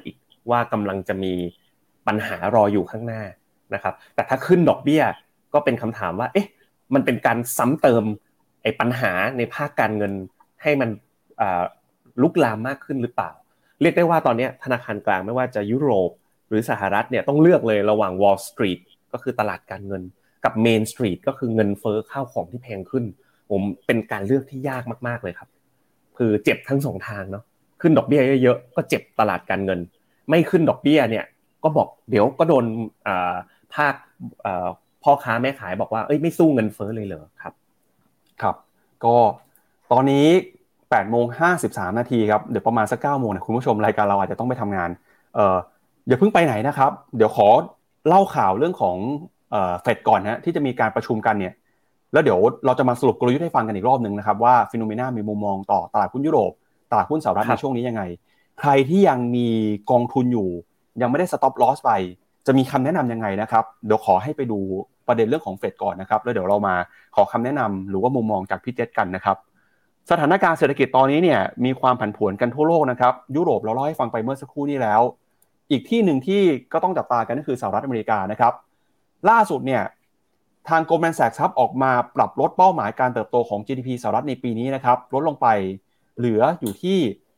ว่ากำลังจะมีปัญหารออยู่ข้างหน้านะครับแต่ถ้าขึ้นดอกเบี้ยก็เป็นคำถามว่าเอ๊ะมันเป็นการซ้ำเติมไอ้ปัญหาในภาคการเงินให้มันลุกลามมากขึ้นหรือเปล่าเรียกได้ว่าตอนนี้ธนาคารกลางไม่ว่าจะยุโรปหรือสหรัฐเนี่ยต้องเลือกเลยระหว่าง Wall Street ก็คือตลาดการเงินกับ Main Street ก็คือเงินเฟ้อข้าวของที่แพงขึ้นผมเป็นการเลือกที่ยากมากๆเลยครับคือเจ็บทั้งสองทางเนาะขึ้นดอกเบี้ยเยอะๆก็เจ็บตลาดการเงินไม่ขึ้นดอกเบี้ยเนี่ยก็บอกเดี๋ยวก็โดนภาคพ่อค้าแม่ขายบอกว่าเอ้ยไม่สู้เงินเฟ้อเลยเหรอครับครับก็ตอนนี้ 8:53 นาทีครับเดี๋ยวประมาณสัก 9 โมงเนี่ยคุณผู้ชมรายการเราอาจจะต้องไปทำงานอย่าเพิ่งไปไหนนะครับเดี๋ยวขอเล่าข่าวเรื่องของเฟดก่อนฮะที่จะมีการประชุมกันเนี่ยแล้วเดี๋ยวเราจะมาสรุปกลยุทธ์ให้ฟังกันอีกรอบนึงนะครับว่าฟิโนเมนามีมุมมองต่อตลาดหุ้นยุโรปตลาดหุ้นสหรัฐในช่วงนี้ยังไงใครที่ยังมีกองทุนอยู่ยังไม่ได้ stop loss ไปจะมีคำแนะนำยังไงนะครับเดี๋ยวขอให้ไปดูประเด็นเรื่องของเฟดก่อนนะครับแล้วเดี๋ยวเรามาขอคำแนะนำหรือว่ามุมมองจากพี่เจษกันนะครับสถานการณ์เศรษฐกิจตอนนี้เนี่ยมีความผันผวนกันทั่วโลกนะครับยุโรปเราเล่าให้ฟังไปเมื่อสักครู่นี้แล้วอีกที่หนึ่งที่ก็ต้องจับตากันก็คือสหรัฐอเมริกานะครับล่าสุดเนี่ยทาง Goldman Sachs ครับออกมาปรับลดเป้าหมายการเติบโตของ GDP สหรัฐในปีนี้นะครับลดลงไปเหลืออยู่ที่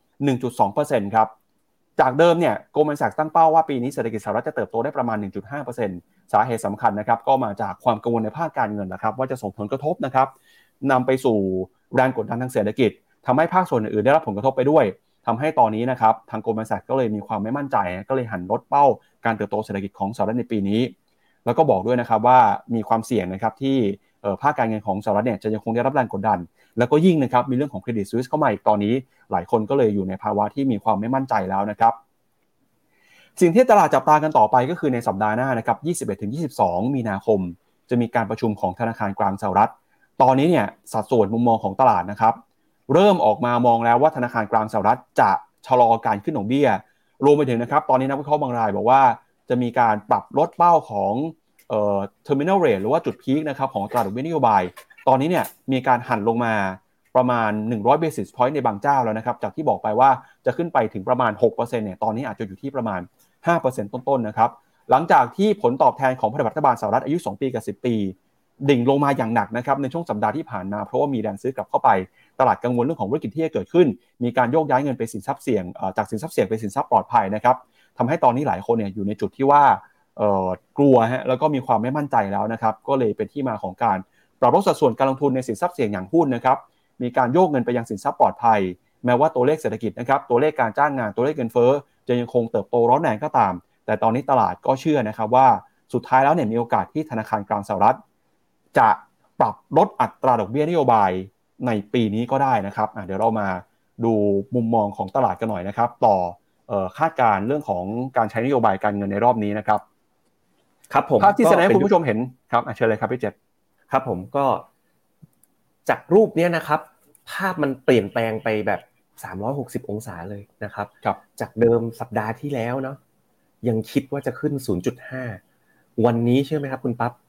1.2% ครับจากเดิมเนี่ย Goldman Sachs ตั้งเป้าว่าปีนี้เศรษฐกิจสหรัฐจะเติบโตได้ประมาณ 1.5% สาเหตุสำคัญนะครับก็มาจากความกังวลในภาคการเงินนะครับว่าจะส่งผลกระทบนะครับนำไปสู่แรงกดดันทางเศรษฐกิจทำให้ภาคส่วนอื่นได้รับผลกระทบไปด้วยทำให้ตอนนี้นะครับทาง Goldman Sachs ก็เลยมีความไม่มั่นใจก็เลยหันลดเป้าการเติบโตเศรษฐกิจของสหรัฐในปีนี้แล้วก็บอกด้วยนะครับว่ามีความเสี่ยงนะครับที่ภาคการเงินของสหรัฐเนี่ยจะยังคงได้รับแรงกดดันแล้วก็ยิ่งนะครับมีเรื่องของ Credit Suisse เข้ามาอีกตอนนี้หลายคนก็เลยอยู่ในภาวะที่มีความไม่มั่นใจแล้วนะครับสิ่งที่ตลาดจับตากันต่อไปก็คือในสัปดาห์หน้านะครับ 21-22 มีนาคมจะมีการประชุมของธนาคารกลางสหรัฐตอนนี้เนี่ยสัดส่วนมุมมองของตลาดนะครับเริ่มออกมามองแล้วว่าธนาคารกลางสหรัฐจะชะลอการขึ้นดอกเบี้ยรวมไปถึงนะครับตอนนี้นักวิเคราะห์บางรายบอกว่าจะมีการปรับลดเป้าของterminal rate หรือว่าจุดพีคนะครับของอัตราดอกเบี้ยนโยบายตอนนี้เนี่ยมีการหั่นลงมาประมาณ100 basis point ในบางเจ้าแล้วนะครับจากที่บอกไปว่าจะขึ้นไปถึงประมาณ 6% เนี่ยตอนนี้อาจจะอยู่ที่ประมาณ 5% ต้นๆนะครับหลังจากที่ผลตอบแทนของพันธบัตรรัฐบาลสหรัฐอายุ2ปีกับ10ปีดิ่งลงมาอย่างหนักนะครับในช่วงสัปดาห์ที่ผ่านมาเพราะว่ามีแรงซื้อกลับเข้าไปตลาดกังวลเรื่องของวิกฤตที่จะเกิดขึ้นมีการโยกย้ายเงินไปสินทรัพย์เสี่ยงจากสินทรัพย์เสี่ยงไปสินทรัพย์ปลอดภัยนะครับทำให้ตอนนี้หลายคนเนี่ยอยู่ในจุดที่ว่ากลัวฮะแล้วก็มีความไม่มั่นใจแล้วนะครับก็เลยเป็นที่มาของการปรับลดสัดส่วนการลงทุนในสินทรัพย์เสี่ยงอย่างหุ้นนะครับมีการโยกเงินไปยังสินทรัพย์ปลอดภัยแม้ว่าตัวเลขเศรษฐกิจนะครับตัวเลขการจ้างงานตัวเลขเงินเฟ้อจะยังคงเติบโตร้อนแรงก็ตามแต่ตอนนี้ตลาดก็เชื่อนะครับว่าสุดท้ายแล้วเนี่ยมีโอกาสที่ธนาคารกลางสหรัฐจะปรับลดอัตราดอกเบี้ยนโยบายในปีนี้ก็ได้นะครับเดี๋ยวเรามาดูมุมมองของตลาดกันหน่อยนะครับต่อคาดการณ์เรื่องของการใช้นโยบายการเงินในรอบนี้นะครับครับผมภาพที่แสดงให้คุณผู้ชมเห็นครับเชิญเลยครับพี่เจษครับผมก็จากรูปนี้นะครับภาพมันเปลี่ยนแปลงไปแบบ360องศาเลยนะครับจากเดิมสัปดาห์ที่แล้วเนาะยังคิดว่าจะขึ้น 0.5 วันนี้เชื่อไหมครับคุณปั๊บ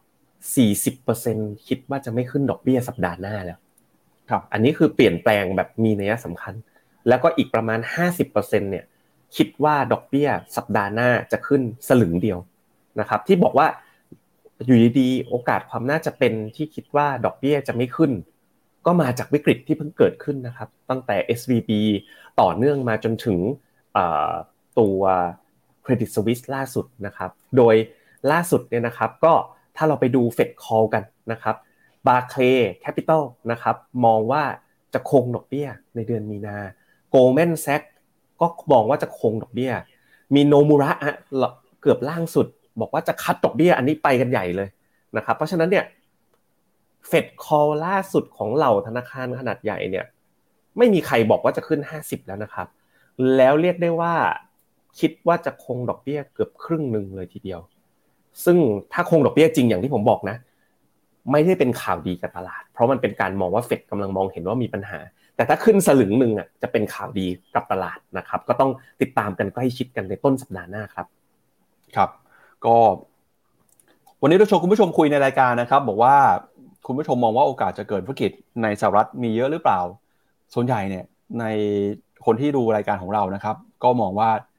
40% คิดว่าจะไม่ขึ้นดอกเบี้ยสัปดาห์หน้าแล้วครับอันนี้คือเปลี่ยนแปลงแบบมีนัยสำคัญแล้วก็อีกประมาณ 50% เนี่ยคิดว่าดอกเบี้ยสัปดาห์หน้าจะขึ้นสลึงเดียวนะครับที่บอกว่าอยู่ดีๆโอกาสความน่าจะเป็นที่คิดว่าดอกเบี้ยจะไม่ขึ้นก็มาจากวิกฤตที่เพิ่งเกิดขึ้นนะครับตั้งแต่ SVB ต่อเนื่องมาจนถึงตัว Credit Suisse ล่าสุดนะครับโดยล่าสุดเนี่ยนะครับก็ถ้าเราไปดู Fed Call กันนะครับ Barclays Capital นะครับมองว่าจะคงดอกเบี้ยในเดือนมีนา Goldman Sachs ก็มองว่าจะคงดอกเบี้ยมีโนมุระเกือบล่างสุดบอกว่าจะคัดดอกเบี้ยอันนี้ไปกันใหญ่เลยนะครับเพราะฉะนั้นเนี่ยเฟดคอลล่าสุดของเหล่าธนาคารขนาดใหญ่เนี่ยไม่มีใครบอกว่าจะขึ้น50แล้วนะครับแล้วเรียกได้ว่าคิดว่าจะคงดอกเบี้ยเกือบครึ่งนึงเลยทีเดียวซึ่งถ้าคงดอกเบี้ยจริงอย่างที่ผมบอกนะไม่ได้เป็นข่าวดีกับตลาดเพราะมันเป็นการมองว่าเฟดกำลังมองเห็นว่ามีปัญหาแต่ถ้าขึ้นสลึงนึงอ่ะจะเป็นข่าวดีกับตลาดนะครับก็ต้องติดตามกันใกล้ชิดกันในต้นสัปดาห์หน้าครับครับก็วันนี้เราชวนคุณผู้ชมคุยในรายการนะครับบอกว่าคุณผู้ชมมองว่าโอกาสจะเกิดวิกฤตในสหรัฐมีเยอะหรือเปล่าส่วนใหญ่เนี่ยในคนที่ดูรายการของเรานะครับก็มองว่า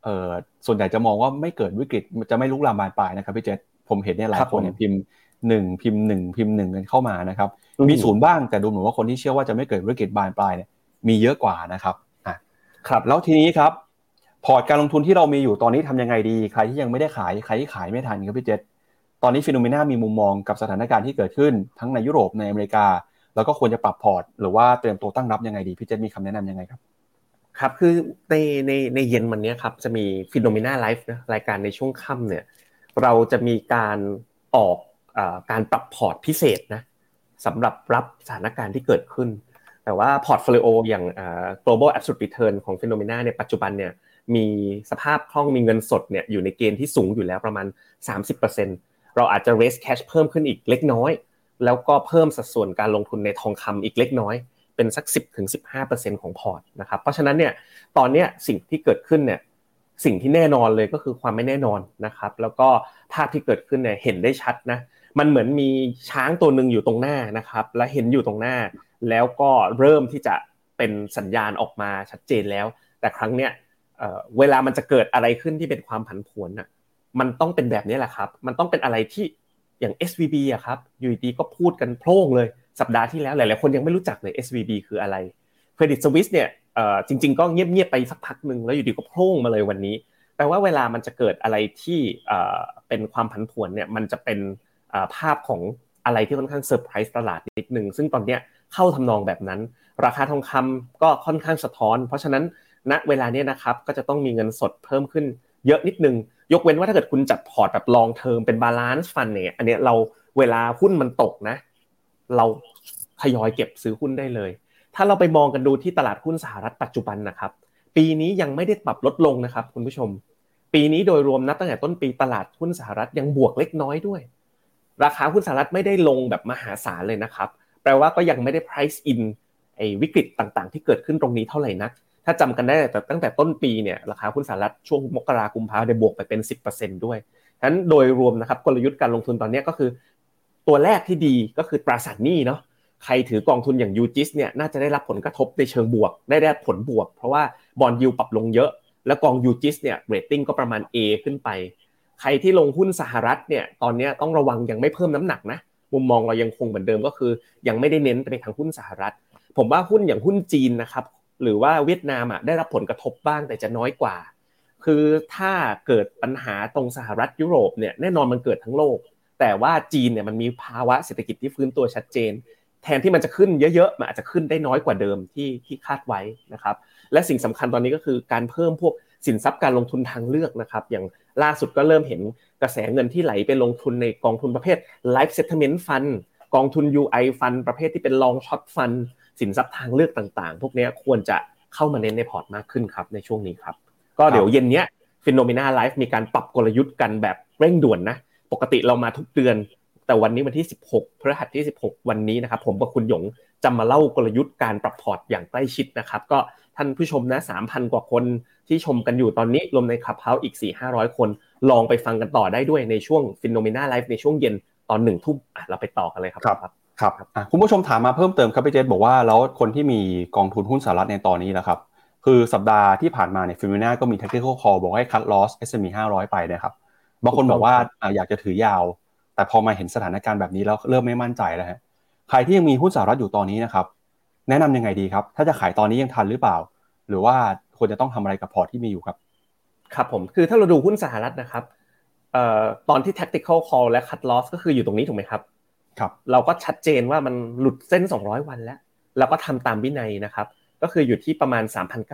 ส่วนใหญ่จะมองว่าไม่เกิดวิกฤตจะไม่ลุกลามบานปลายนะครับพี่เจษผมเห็นเนี่ยหลายคนเนี่ยพิมพ์1พิมพ์1พิมพ์1กันเข้ามานะครับมีศูนย์บ้างแต่ดูเหมือนว่าคนที่เชื่อว่าจะไม่เกิดวิกฤตบานปลายเนี่ยมีเยอะกว่านะครับครับแล้วทีนี้ครับพอร์ตการลงทุนที่เรามีอยู่ตอนนี้ทำยังไงดีใครที่ยังไม่ได้ขายใครที่ขายไม่ทันครับพี่เจษตอนนี้Phenomenaมีมุมมองกับสถานการณ์ที่เกิดขึ้นทั้งในยุโรปในอเมริกาแล้วก็ควรจะปรับพอร์ตหรือว่าเตรียมตัวตั้งรับยังไงดีพี่เจษมีคำแนะนำยังไงครับครับคือในเย็นวันนี้ครับจะมี Phenomena Live นะรายการในช่วงค่ำเนี่ยเราจะมีการออกการปรับพอร์ตพิเศษนะสำหรับรับสถานการณ์ที่เกิดขึ้นแต่ว่าพอร์ตโฟลิโออย่างglobal absolute return ของ Phenomena ในปัจจุบันเนี่ยมีสภาพคล่องมีเงินสดเนี่ยอยู่ในเกณฑ์ที่สูงอยู่แล้วประมาณ 30% เราอาจจะ raise cash เพิ่มขึ้นอีกเล็กน้อยแล้วก็เพิ่มสัดส่วนการลงทุนในทองคำอีกเล็กน้อยเป็นสัก 10-15% ของพอร์ตนะครับเพราะฉะนั้นเนี่ยตอนนี้สิ่งที่เกิดขึ้นเนี่ยสิ่งที่แน่นอนเลยก็คือความไม่แน่นอนนะครับแล้วก็ภาพที่เกิดขึ้นเนี่ยเห็นได้ชัดนะมันเหมือนมีช้างตัวนึงอยู่ตรงหน้านะครับและเห็นอยู่ตรงหน้าแล้วก็เริ่มที่จะเป็นสัญญาณออกมาชัดเจนแล้วแต่ครั้งเนี้ยเวลามันจะเกิดอะไรขึ้นที่เป็นความผันผวนน่ะมันต้องเป็นแบบนี้แหละครับมันต้องเป็นอะไรที่อย่าง SVB อ่ะครับอยู่ดีก็พูดกันโพล่งเลยสัปดาห์ที่แล้วหลายๆคนยังไม่รู้จักเลย SVB คืออะไร Credit Suisse เนี่ยจริงๆก็เงียบๆไปสักพักนึงแล้วอยู่ดีก็โพล่งมาเลยวันนี้แปลว่าเวลามันจะเกิดอะไรที่เป็นความผันผวนเนี่ยมันจะเป็นภาพของอะไรที่ค่อนข้างเซอร์ไพรส์ตลาดนิดนึงซึ่งตอนเนี้ยเข้าทำนองแบบนั้นราคาทองคำก็ค่อนข้างสะท้อนเพราะฉะนั้นณเวลาเนี้ยนะครับก็จะต้องมีเงินสดเพิ่มขึ้นเยอะนิดนึงยกเว้นว่าถ้าเกิดคุณจัดพอร์ตแบบลองเทอมเป็นบาลานซ์ฟันเนี่ยอันเนี้ยเราเวลาหุ้นมันตกนะเราทยอยเก็บซื้อหุ้นได้เลยถ้าเราไปมองกันดูที่ตลาดหุ้นสหรัฐปัจจุบันนะครับปีนี้ยังไม่ได้ปรับลดลงนะครับคุณผู้ชมปีนี้โดยรวมนับตั้งแต่ต้นปีตลาดหุ้นสหรัฐยังบวกเล็กน้อยด้วยราคาหุ้นสหรัฐไม่ได้ลงแบบมหาศาลเลยนะครับแปลว่าก็ยังไม่ได้ price in ไอ้วิกฤตต่างๆที่เกิดขึ้นตรงนี้เท่าไหร่นักถ้าจำกันได้แต่ตั้งแต่ต้นปีเนี่ยราคาหุ้นสหรัฐช่วงมกราคมกุมภาพันธ์ได้บวกไปเป็น 10% ด้วยฉะนั้นโดยรวมนะครับกลยุทธ์การลงทุนตอนนี้ก็คือตัวแรกที่ดีก็คือตราสารหนี้เนาะใครถือกองทุนอย่าง UGIS เนี่ยน่าจะได้รับผลกระทบในเชิงบวกได้ผลบวกเพราะว่าบอนด์ยิลด์ปรับลงเยอะแล้วกอง UGIS เนี่ยเรตติ้งก็ประมาณ A ขึ้นไปใครที่ลงหุ้นสหรัฐเนี่ยตอนนี้ต้องระวังยังไม่เพิ่มน้ำหนักนะมุมมองเรายังคงเหมือนเดิมก็คือยังไม่ได้เน้นไปทางหุ้นสหรัฐผมว่าหุ้นอย่างหุ้นจีนนะครับหรือว่าเวียดนามได้รับผลกระทบบ้างแต่จะน้อยกว่าคือถ้าเกิดปัญหาตรงสหรัฐยุโรปเนี่ยแน่นอนมันเกิดทั้งโลกแต่ว่าจีนเนี่ยมันมีภาวะเศรษฐกิจที่ฟื้นตัวชัดเจนแทนที่มันจะขึ้นเยอะๆมันอาจจะขึ้นได้น้อยกว่าเดิมที่คาดไว้นะครับและสิ่งสำคัญตอนนี้ก็คือการเพิ่มพวกสินทรัพย์การลงทุนทางเลือกนะครับอย่างล่าสุดก็เริ่มเห็นกระแสเงินที่ไหลไปลงทุนในกองทุนประเภท Life Settlement Fund กองทุน UI Fund ประเภทที่เป็น Long Short Fund สินทรัพย์ทางเลือกต่างๆพวกนี้ควรจะเข้ามาเน้นในพอร์ตมากขึ้นครับในช่วงนี้ครับก็เดี๋ยวเย็นนี้ Phenomena Live มีการปรับกลยุทธ์กันแบบเร่งด่วนนะปกติเรามาทุกเดือนแต่วันนี้วันที่16พฤหัสที่16วันนี้นะครับผมกับคุณหยงจะมาเล่ากลยุทธ์การปรับพอร์ตอย่างใกล้ชิดนะครับก็ท่านผู้ชมนะ 3,000 กว่าคนที่ชมกันอยู่ตอนนี้รวมใน Clubhouse อีก 4-500 คนลองไปฟังกันต่อได้ด้วยในช่วง Phenomena Live ในช่วงเย็นตอน 1 ทุ่มเราไปต่อกันเลยครับคุณผู้ชมถามมาเพิ่มเติมครับพี่เจษบอกว่าแล้วคนที่มีกองทุนหุ้นสหรัฐในตอนนี้นะครับคือสัปดาห์ที่ผ่านมาเนี่ยPhenomenaก็มี Tactical Call บอกให้ cut loss S&P 500ไปนะครับบางคนบอกว่าอยากจะถือยาวแต่พอมาเห็นสถานการณ์แบบนี้แล้วเริ่มไม่มั่นใจแล้วฮะใครที่ยังมีหุ้นสหรัฐอยู่ตอนนี้นะครับแนะนำยังไงดีครับถ้าจะขายตอนนี้ยังทันหรือเปล่าหรือว่าควรจะต้องทำอะไรกับพอร์ตที่มีอยู่ครับครับผมคือถ้าเราดูหุ้นสหรัฐนะครับตอนที่ tactical call และ cut loss ก็คืออยู่ตรงนี้ถูกไหมครับครับเราก็ชัดเจนว่ามันหลุดเส้น200วันแล้วก็ทำตามวินัยนะครับก็คืออยู่ที่ประมาณ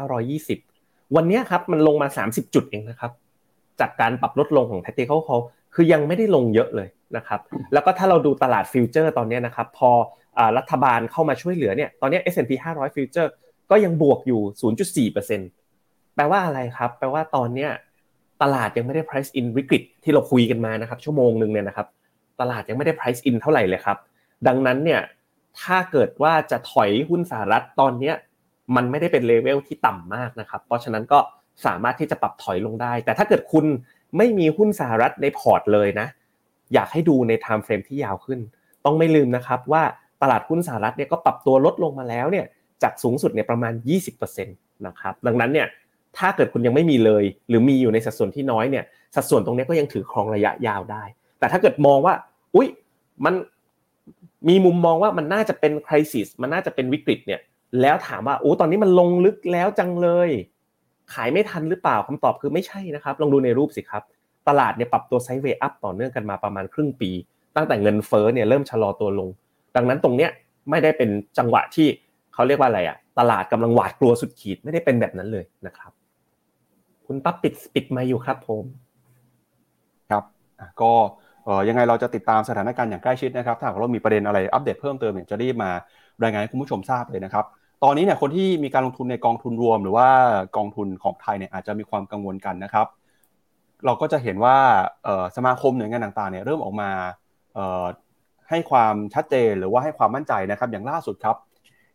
3,920 วันนี้ครับมันลงมา30จุดเองนะครับจากการปรับลดลงของ tactical call คือยังไม่ได้ลงเยอะเลยนะครับแล้วก็ถ้าเราดูตลาดฟิวเจอร์ตอนนี้นะครับพอรัฐบาลเข้ามาช่วยเหลือเนี่ยตอนนี้ S&P 500 ฟิวเจอร์ก็ยังบวกอยู่ 0.4% แปลว่าอะไรครับแปลว่าตอนนี้ตลาดยังไม่ได้ price in วิกฤตที่เราคุยกันมานะครับชั่วโมงนึงเนี่ยนะครับตลาดยังไม่ได้ price in เท่าไหร่เลยครับดังนั้นเนี่ยถ้าเกิดว่าจะถอยหุ้นสหรัฐตอนนี้มันไม่ได้เป็นเลเวลที่ต่ำมากนะครับเพราะฉะนั้นก็สามารถที่จะปรับถอยลงได้แต่ถ้าเกิดคุณไม่มีหุ้นสหรัฐในพอร์ตเลยนะอยากให้ดูใน time frame ที่ยาวขึ้นต้องไม่ลืมนะครับว่าตลาดหุ้นสหรัฐเนี่ยก็ปรับตัวลดลงมาแล้วเนี่ยจากสูงสุดเนี่ยประมาณ 20% นะครับดังนั้นเนี่ยถ้าเกิดคุณยังไม่มีเลยหรือมีอยู่ในสัดส่วนที่น้อยเนี่ยสัดส่วนตรงนี้ก็ยังถือครองระยะยาวได้แต่ถ้าเกิดมองว่าอุ๊ยมันมีมุมมองว่ามันน่าจะเป็นไครซิสมันน่าจะเป็นวิกฤตเนี่ยแล้วถามว่าโอ้ตอนนี้มันลงลึกแล้วจังเลยขายไม่ทันหรือเปล่าคำตอบคือไม่ใช่นะครับลองดูในรูปสิครับตลาดเนี่ยปรับตัวไซด์เวย์อัพต่อเนื่องกันมาประมาณครึ่งปีตั้งแต่เงินเฟ้อเนี่ยเริ่มชะลอตัวลงดังนั้นตรงเนี้ยไม่ได้เป็นจังหวะที่เขาเรียกว่าอะไรอ่ะตลาดกำลังหวาดกลัวสุดขีดไม่ได้เป็นแบบนั้นเลยนะครับคุณปั๊บปิดไมค์อยู่ครับผมครับก็ยังไงเราจะติดตามสถานการณ์อย่างใกล้ชิดนะครับถ้าเรามีประเด็นอะไรอัปเดตเพิ่มเติมเนี่ยจะรีบมารายงานให้คุณผู้ชมทราบเลยนะครับตอนนี้เนี่ยคนที่มีการลงทุนในกองทุนรวมหรือว่ากองทุนของไทยเนี่ยอาจจะมีความกังวลกันนะครับเราก็จะเห็นว่าสมาคมหน่วยงานต่างๆเนี่ยเริ่มออกมาให้ความชัดเจนหรือว่าให้ความมั่นใจนะครับอย่างล่าสุดครับ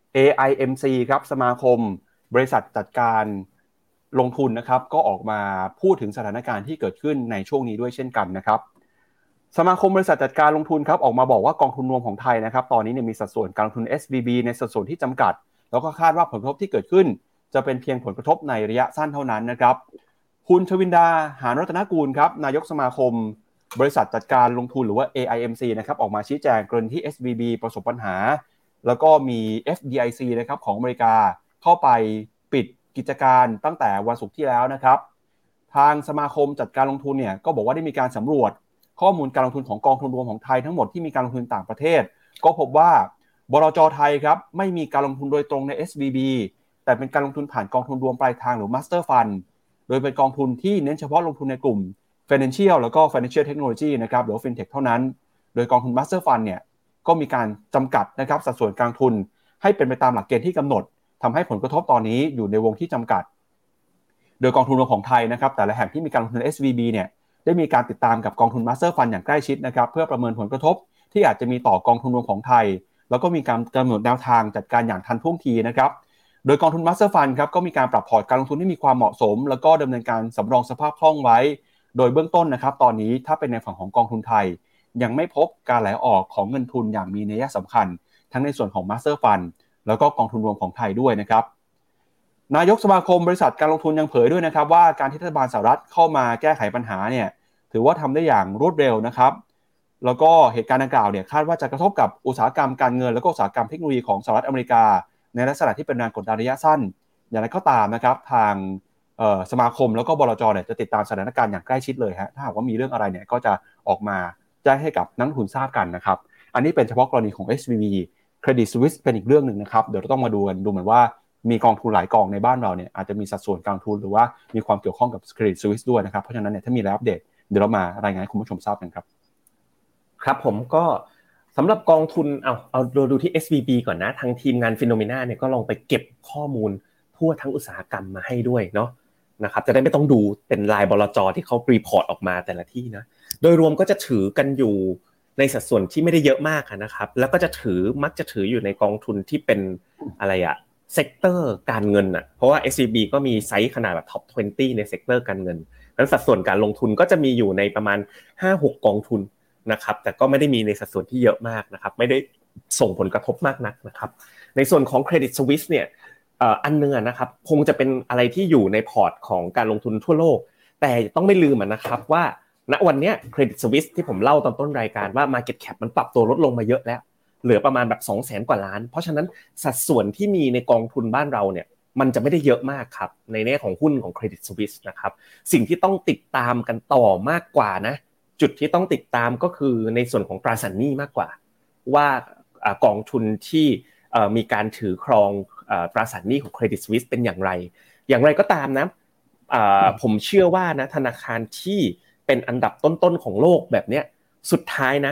AIMC ครับสมาคมบริษัทจัดการลงทุนนะครับก็ออกมาพูดถึงสถานการณ์ที่เกิดขึ้นในช่วงนี้ด้วยเช่นกันนะครับสมาคมบริษัทจัดการลงทุนครับออกมาบอกว่ากองทุนรวมของไทยนะครับตอนนี้เนี่ยมีสัดส่วนการลงทุน SVB ในสัดส่วนที่จำกัดแล้วก็คาดว่าผลกระทบที่เกิดขึ้นจะเป็นเพียงผลกระทบในระยะสั้นเท่านั้นนะครับคุณชวินดาหาญรัตนกูลครับนายกสมาคมบริษัทจัดการลงทุนหรือว่า AIMC นะครับออกมาชี้แจงกรณีที่ SVB ประสบปัญหาแล้วก็มี FDIC นะครับของอเมริกาเข้าไปปิดกิจการตั้งแต่วันศุกร์ที่แล้วนะครับทางสมาคมจัดการลงทุนเนี่ยก็บอกว่าได้มีการสำรวจข้อมูลการลงทุนของกองทุนรวมของไทยทั้งหมดที่มีการลงทุนต่างประเทศก็พบว่าบลจ.ไทยครับไม่มีการลงทุนโดยตรงใน SVB แต่เป็นการลงทุนผ่านกองทุนรวมปลายทางหรือ Master Fund โดยเป็นกองทุนที่เน้นเฉพาะลงทุนในกลุ่ม Financial แล้วก็ Financial Technology นะครับหรือ FinTech เท่านั้นโดยกองทุน Master Fund เนี่ยก็มีการจำกัดนะครับสัดส่วนการลงทุนให้เป็นไปตามหลักเกณฑ์ที่กำหนดทำให้ผลกระทบตอนนี้อยู่ในวงที่จำกัดโดยกองทุนรวมของไทยนะครับแต่ละแห่งที่มีการลงทุน SVB เนี่ยได้มีการติดตามกับกองทุน Master Fund อย่างใกล้ชิดนะครับเพื่อประเมินผลกระทบที่อาจจะมีต่อกองทุนรวมของไทยแล้วก็มีการกำหนดแนวทางจัดการอย่างทันท่วงทีนะครับโดยกองทุน Master Fund ครับก็มีการปรับพอร์ตการลงทุนให้มีความเหมาะสมแล้วก็ดำเนินการสำรองสภาพคล่องไว้โดยเบื้องต้นนะครับตอนนี้ถ้าเป็นในฝั่งของกองทุนไทยยังไม่พบการไหลออกของเงินทุนอย่างมีนัยสำคัญทั้งในส่วนของ Master Fund แล้วก็กองทุนรวมของไทยด้วยนะครับนายกสมาคมบริษัทการลงทุนยังเผยด้วยนะครับว่าการที่รัฐบาลสหรัฐเข้ามาแก้ไขปัญหาเนี่ยถือว่าทำได้อย่างรวดเร็วนะครับแล้วก็เหตุการณ์ดังกล่าวเนี่ยคาดว่าจะกระทบกับอุตสาหกรรมการเงินแล้วก็อุตสาหกรรมเทคโนโลยีของสหรัฐอเมริกาในลักษณะที่เป็นแรงกดดันระยะสั้นอย่างไรก็ตามนะครับทางสมาคมแล้วก็บลจ.เนี่ยจะติดตามสถานการณ์อย่างใกล้ชิดเลยฮะถ้าหากว่ามีเรื่องอะไรเนี่ยก็จะออกมาแจ้งให้กับนักลงทุนทราบกันนะครับอันนี้เป็นเฉพาะกรณีของ SVB Credit Suisse เป็นอีกเรื่องนึงนะครับเดี๋ยวเราต้องมาดูเหมือนว่ามีกองทุนหลายกองในบ้านเราเนี่ยอาจจะมีสัดส่วนการทุนหรือว่ามีความเกี่ยวข้องกับ Credit Suisse ด้วยนะครับเพราะฉะนั้นเนี่ยถ้ามีอะไรอัปเดตเดี๋ยวเรามารายงานให้คุณผู้ชมทราบกันครับครับผมก็สำหรับกองทุนเอาดูที่ SVB ก่อนนะทางทีมงาน Phenomena เนี่ยก็ลองไปเก็บข้อมูลทั่วทั้งอุตสาหกรรมมาให้ด้วยเนาะนะครับจะได้ไม่ต้องดูเป็นรายบลจ.ที่เขารีพอร์ตออกมาแต่ละที่นะโดยรวมก็จะถือกันอยู่ในสัดส่วนที่ไม่ได้เยอะมากนะครับแล้วก็จะมักจะถืออยู่ในกองทุนที่เป็นอะไรอะเซกเตอร์การเงินเพราะว่า SVB ก็มีไซส์ขนาดแบบ Top 20ในเซกเตอร์การเงินแล้วสัดส่วนการลงทุนก็จะมีอยู่ในประมาณ 5-6 กองทุนนะครับแต่ก็ไม่ได้มีในสัดส่วนที่เยอะมากนะครับไม่ได้ส่งผลกระทบมากนักนะครับในส่วนของ Credit Suisse เนี่ยอันนึงนะครับคงจะเป็นอะไรที่อยู่ในพอร์ตของการลงทุนทั่วโลกแต่ต้องไม่ลืมนะครับว่าณวันนี้ Credit Suisse ที่ผมเล่าตอนต้นรายการว่า Market Cap มันปรับตัวลดลงมาเยอะแล้วเหลือประมาณแบบ 200,000 กว่าล้านเพราะฉะนั้นสัดส่วนที่มีในกองทุนบ้านเราเนี่ยมันจะไม่ได้เยอะมากครับในแง่ของหุ้นของ Credit Suisse นะครับสิ่งที่ต้องติดตามกันต่อมากกว่านะจุดที่ต้องติดตามก็คือในส่วนของตราสารหนี้มากกว่าว่ากองทุนที่มีการถือครองตราสารหนี้ของ Credit Suisse เป็นอย่างไรก็ตามนะผมเชื่อว่านะธนาคารที่เป็นอันดับต้นๆของโลกแบบเนี้ยสุดท้ายนะ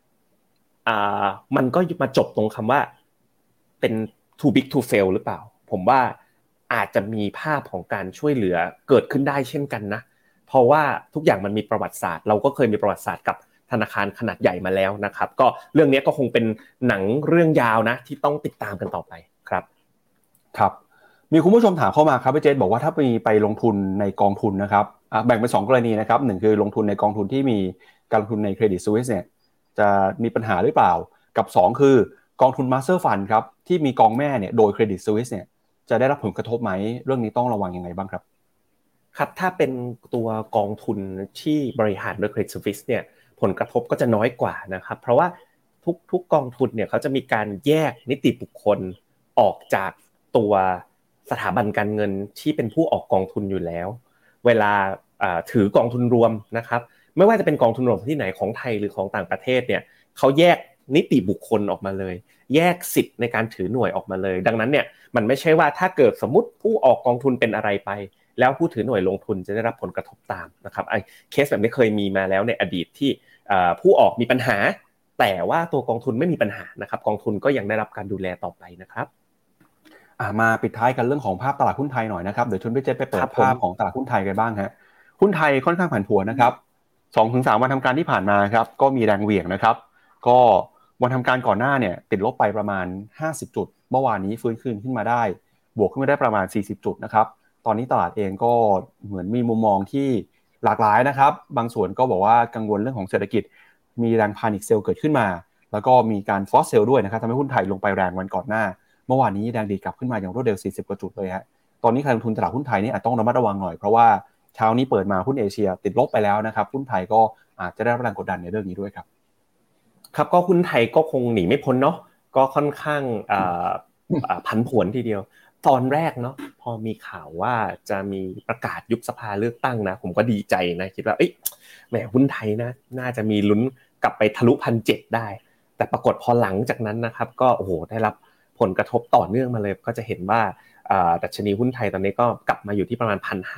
มันก็มาจบตรงคำว่าเป็น too big to fail หรือเปล่าผมว่าอาจจะมีภาพของการช่วยเหลือเกิดขึ้นได้เช่นกันนะเพราะว่าทุกอย่างมันมีประวัติศาสตร์เราก็เคยมีประวัติศาสตร์กับธนาคารขนาดใหญ่มาแล้วนะครับก็เรื่องนี้ก็คงเป็นหนังเรื่องยาวนะที่ต้องติดตามกันต่อไปครับครับมีคุณผู้ชมถามเข้ามาครับพี่เจษบอกว่าถ้าไปลงทุนในกองทุนนะครับแบ่งเป็น2กรณีนะครับ1คือลงทุนในกองทุนที่มีการลงทุนใน Credit Suisse เนี่ยจะมีปัญหาหรือเปล่ากับ2คือกองทุน Master Fund ครับที่มีกองแม่เนี่ยโดย Credit Suisse เนี่ยจะได้รับผลกระทบไหมเรื่องนี้ต้องระวังยังไงบ้างครับครับถ้าเป็นตัวกองทุนที่บริหารโดย Credit Suisse เนี่ยผลกระทบก็จะน้อยกว่านะครับเพราะว่าทุกกองทุนเนี่ยเขาจะมีการแยกนิติบุคคลออกจากตัวสถาบันการเงินที่เป็นผู้ออกกองทุนอยู่แล้วเวลาถือกองทุนรวมนะครับไม่ว่าจะเป็นกองทุนรวมที่ไหนของไทยหรือของต่างประเทศเนี่ยเขาแยกนิติบุคคลออกมาเลยแยกสิทธิ์ในการถือหน่วยออกมาเลยดังนั้นเนี่ยมันไม่ใช่ว่าถ้าเกิดสมมุติผู้ออกกองทุนเป็นอะไรไปแล้วผู้ถือหน่วยลงทุนจะได้รับผลกระทบตามนะครับไอ้เคสแบบนี้เคยมีมาแล้วในอดีตที่ผู้ออกมีปัญหาแต่ว่าตัวกองทุนไม่มีปัญหานะครับกองทุนก็ยังได้รับการดูแลต่อไปนะครับมาปิดท้ายกันเรื่องของภาพตลาดหุ้นไทยหน่อยนะครับเดี๋ยวชวนพี่เจษไปเปิดภาพของตลาดหุ้นไทยกันบ้างฮะหุ้นไทยค่อนข้างผันผวนนะครับ 2-3 วันทำการที่ผ่านมาครับก็มีแรงเหวี่ยงนะครับก็วันทำการก่อนหน้าเนี่ยติดลบไปประมาณ50จุดเมื่อวานนี้ฟื้นคืนขึ้นมาได้บวกขึ้นมาได้ประมาณ40จุดนะครับตอนนี้ตลาดเองก็เหมือนมีมุมมองที่หลากหลายนะครับบางส่วนก็บอกว่ากังวลเรื่องของเศรษฐกิจมีแรงพานิคเซลเกิดขึ้นมาแล้วก็มีการฟอสเซลด้วยนะครับทำให้หุ้นไทยลงไปแรงวันก่อนหน้าเมื่อวานนี้แรงดีกลับขึ้นมาอย่างรวดเร็ว40กว่าจุดเลยฮะตอนนี้ใครลงทุนตลาดหุ้นไทยนี่อาจต้องระมัดระวังหน่อยเพราะว่าเช้านี้เปิดมาหุ้นเอเชียติดลบไปแล้วนะครับหุ้นไทยก็อาจจะได้รับแรงกดดันในเรื่องนี้ด้วยครับครับก็หุ้นไทยก็คงหนีไม่พ้นเนาะก็ค่อนข้างผันผวนทีเดียวตอนแรกเนาะพอมีข่าวว่าจะมีประกาศยุบสภาเลือกตั้งนะผมก็ดีใจนะคิดว่าแหมหุ้นไทยนะน่าจะมีลุ้นกลับไปทะลุ 1,700 ได้แต่ปรากฏพอหลังจากนั้นนะครับก็โอ้โหได้รับผลกระทบต่อเนื่องมาเลยก็จะเห็นว่าดัชนีหุ้นไทยตอนนี้ก็กลับมาอยู่ที่ประมาณ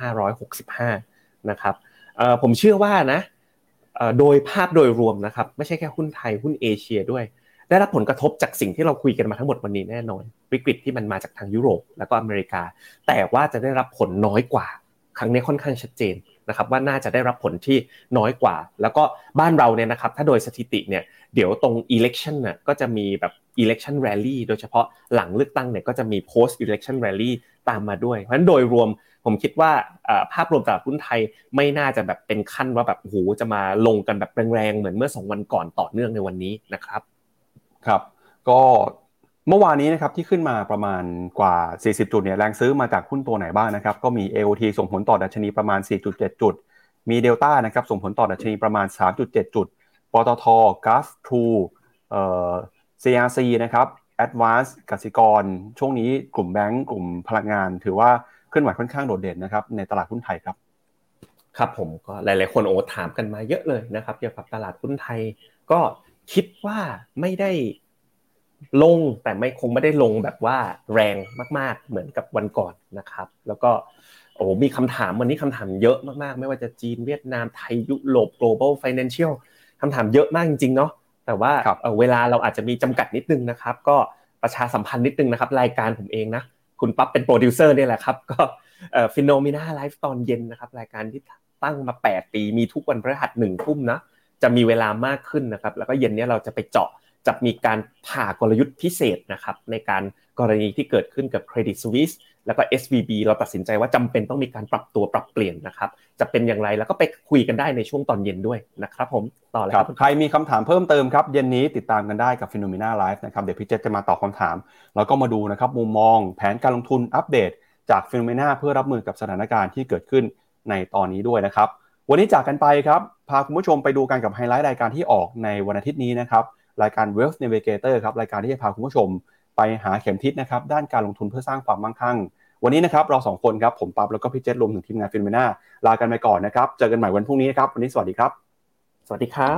1,565 นะครับผมเชื่อว่านะโดยภาพโดยรวมนะครับไม่ใช่แค่หุ้นไทยหุ้นเอเชียด้วยได้รับผลกระทบจากสิ่งที่เราคุยกันมาทั้งหมดวันนี้แน่นอนวิกฤตที่มันมาจากทางยุโรปแล้วก็อเมริกาแต่ว่าจะได้รับผลน้อยกว่าครั้งนี้ค่อนข้างชัดเจนนะครับว่าน่าจะได้รับผลที่น้อยกว่าแล้วก็บ้านเราเนี่ยนะครับถ้าโดยสถิติเนี่ยเดี๋ยวตรง election น่ะก็จะมีแบบ election rally โดยเฉพาะหลังเลือกตั้งเนี่ยก็จะมี post election rally ตามมาด้วยเพราะฉะนั้นโดยรวมผมคิดว่าภาพรวมตลาดหุ้นไทยไม่น่าจะแบบเป็นขั้นว่าแบบโอ้โหจะมาลงกันแบบแรงๆเหมือนเมื่อ2วันก่อนต่อเนื่องในวันนี้นะครับครับก็เมื่อวานนี้นะครับที่ขึ้นมาประมาณกว่า40จุดเนี่ยแรงซื้อมาจากหุ้นตัวไหนบ้างนะครับก็มี AOT ส่งผลต่อดัชนีประมาณ 4.7 จุดมี Delta นะครับส่งผลต่อดัชนีประมาณ 3.7 จุดปตท. Gas True CRC นะครับ Advance กสิกรช่วงนี้กลุ่มแบงก์กลุ่มพลังงานถือว่าเคลื่อนไหวค่อนข้างโดดเด่นนะครับในตลาดหุ้นไทยครับครับผมก็หลายๆคนถามกันมาเยอะเลยนะครับเกี่ยวกับตลาดหุ้นไทยก็คิดว่าไม่ได้ลงแต่คงไม่ได้ลงแบบว่าแรงมากๆเหมือนกับวันก่อนนะครับแล้วก็มีคำถามวันนี้คำถามเยอะมากๆไม่ว่าจะจีนเวียดนามไทยยุโรป Global Financial คำถามเยอะมากจริงๆเนาะแต่ว่าเวลาเราอาจจะมีจำกัดนิดนึงนะครับก็ประชาสัมพันธ์นิดนึงนะครับรายการผมเองนะคุณปั๊บเป็นโปรดิวเซอร์นี่แหละครับก็Phenomena Live ตอนเย็นนะครับรายการที่ตั้งมา8ปีมีทุกวันพฤหัส 19:00 นนะจะมีเวลามากขึ้นนะครับแล้วก็เย็นนี้เราจะไปเจาะจะมีการผ่ากลยุทธ์พิเศษนะครับในการกรณีที่เกิดขึ้นกับ Credit Suisse แล้วก็ SVB เราตัดสินใจว่าจำเป็นต้องมีการปรับตัวปรับเปลี่ยนนะครับจะเป็นอย่างไรแล้วก็ไปคุยกันได้ในช่วงตอนเย็นด้วยนะครับผมต่อเลยครับใครมีคำถามเพิ่มเติมครับเย็นนี้ติดตามกันได้กับ Phenomena Live นะครับเดี๋ยวพี่เจษจะมาตอบคำถามแล้วก็มาดูนะครับมุมมองแผนการลงทุนอัปเดตจาก Phenomena เพื่อรับมือกับสถานการณ์ที่เกิดขึ้นในตอนนี้ด้วยนะครับวันนี้จากกันไปครับพาคุณผู้ชมไปดูกันกับไฮไลท์รายการที่ออกในวันอาทิตย์นี้นะครับรายการ Wealth Navigator ครับรายการที่จะพาคุณผู้ชมไปหาเข็มทิศนะครับด้านการลงทุนเพื่อสร้างความมั่งคั่งวันนี้นะครับเรา2คนครับผมปั๊บแล้วก็พี่เจษรวมถึงทีมงาน Phenomena ลากันไปก่อนนะครับเจอกันใหม่วันพรุ่งนี้นะครับวันนี้สวัสดีครับสวัสดีครับ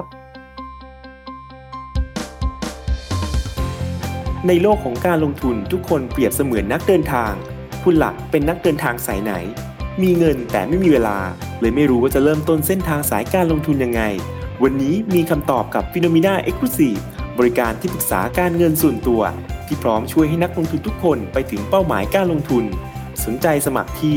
ในโลกของการลงทุนทุกคนเปรียบเสมือนนักเดินทางคุณหลักเป็นนักเดินทางสายไหนมีเงินแต่ไม่มีเวลาเลยไม่รู้ว่าจะเริ่มต้นเส้นทางสายการลงทุนยังไงวันนี้มีคำตอบกับ Phenomena Exclusive บริการที่ปรึกษาการเงินส่วนตัวที่พร้อมช่วยให้นักลงทุนทุกคนไปถึงเป้าหมายการลงทุนสนใจสมัครที่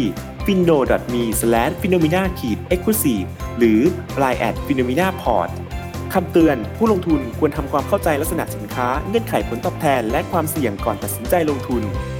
findo.me/phenomena-exclusive หรือ line@phenomenaport คำเตือนผู้ลงทุนควรทำความเข้าใจลักษณะสินค้าเงื่อนไขผลตอบแทนและความเสี่ยงก่อนตัดสินใจลงทุน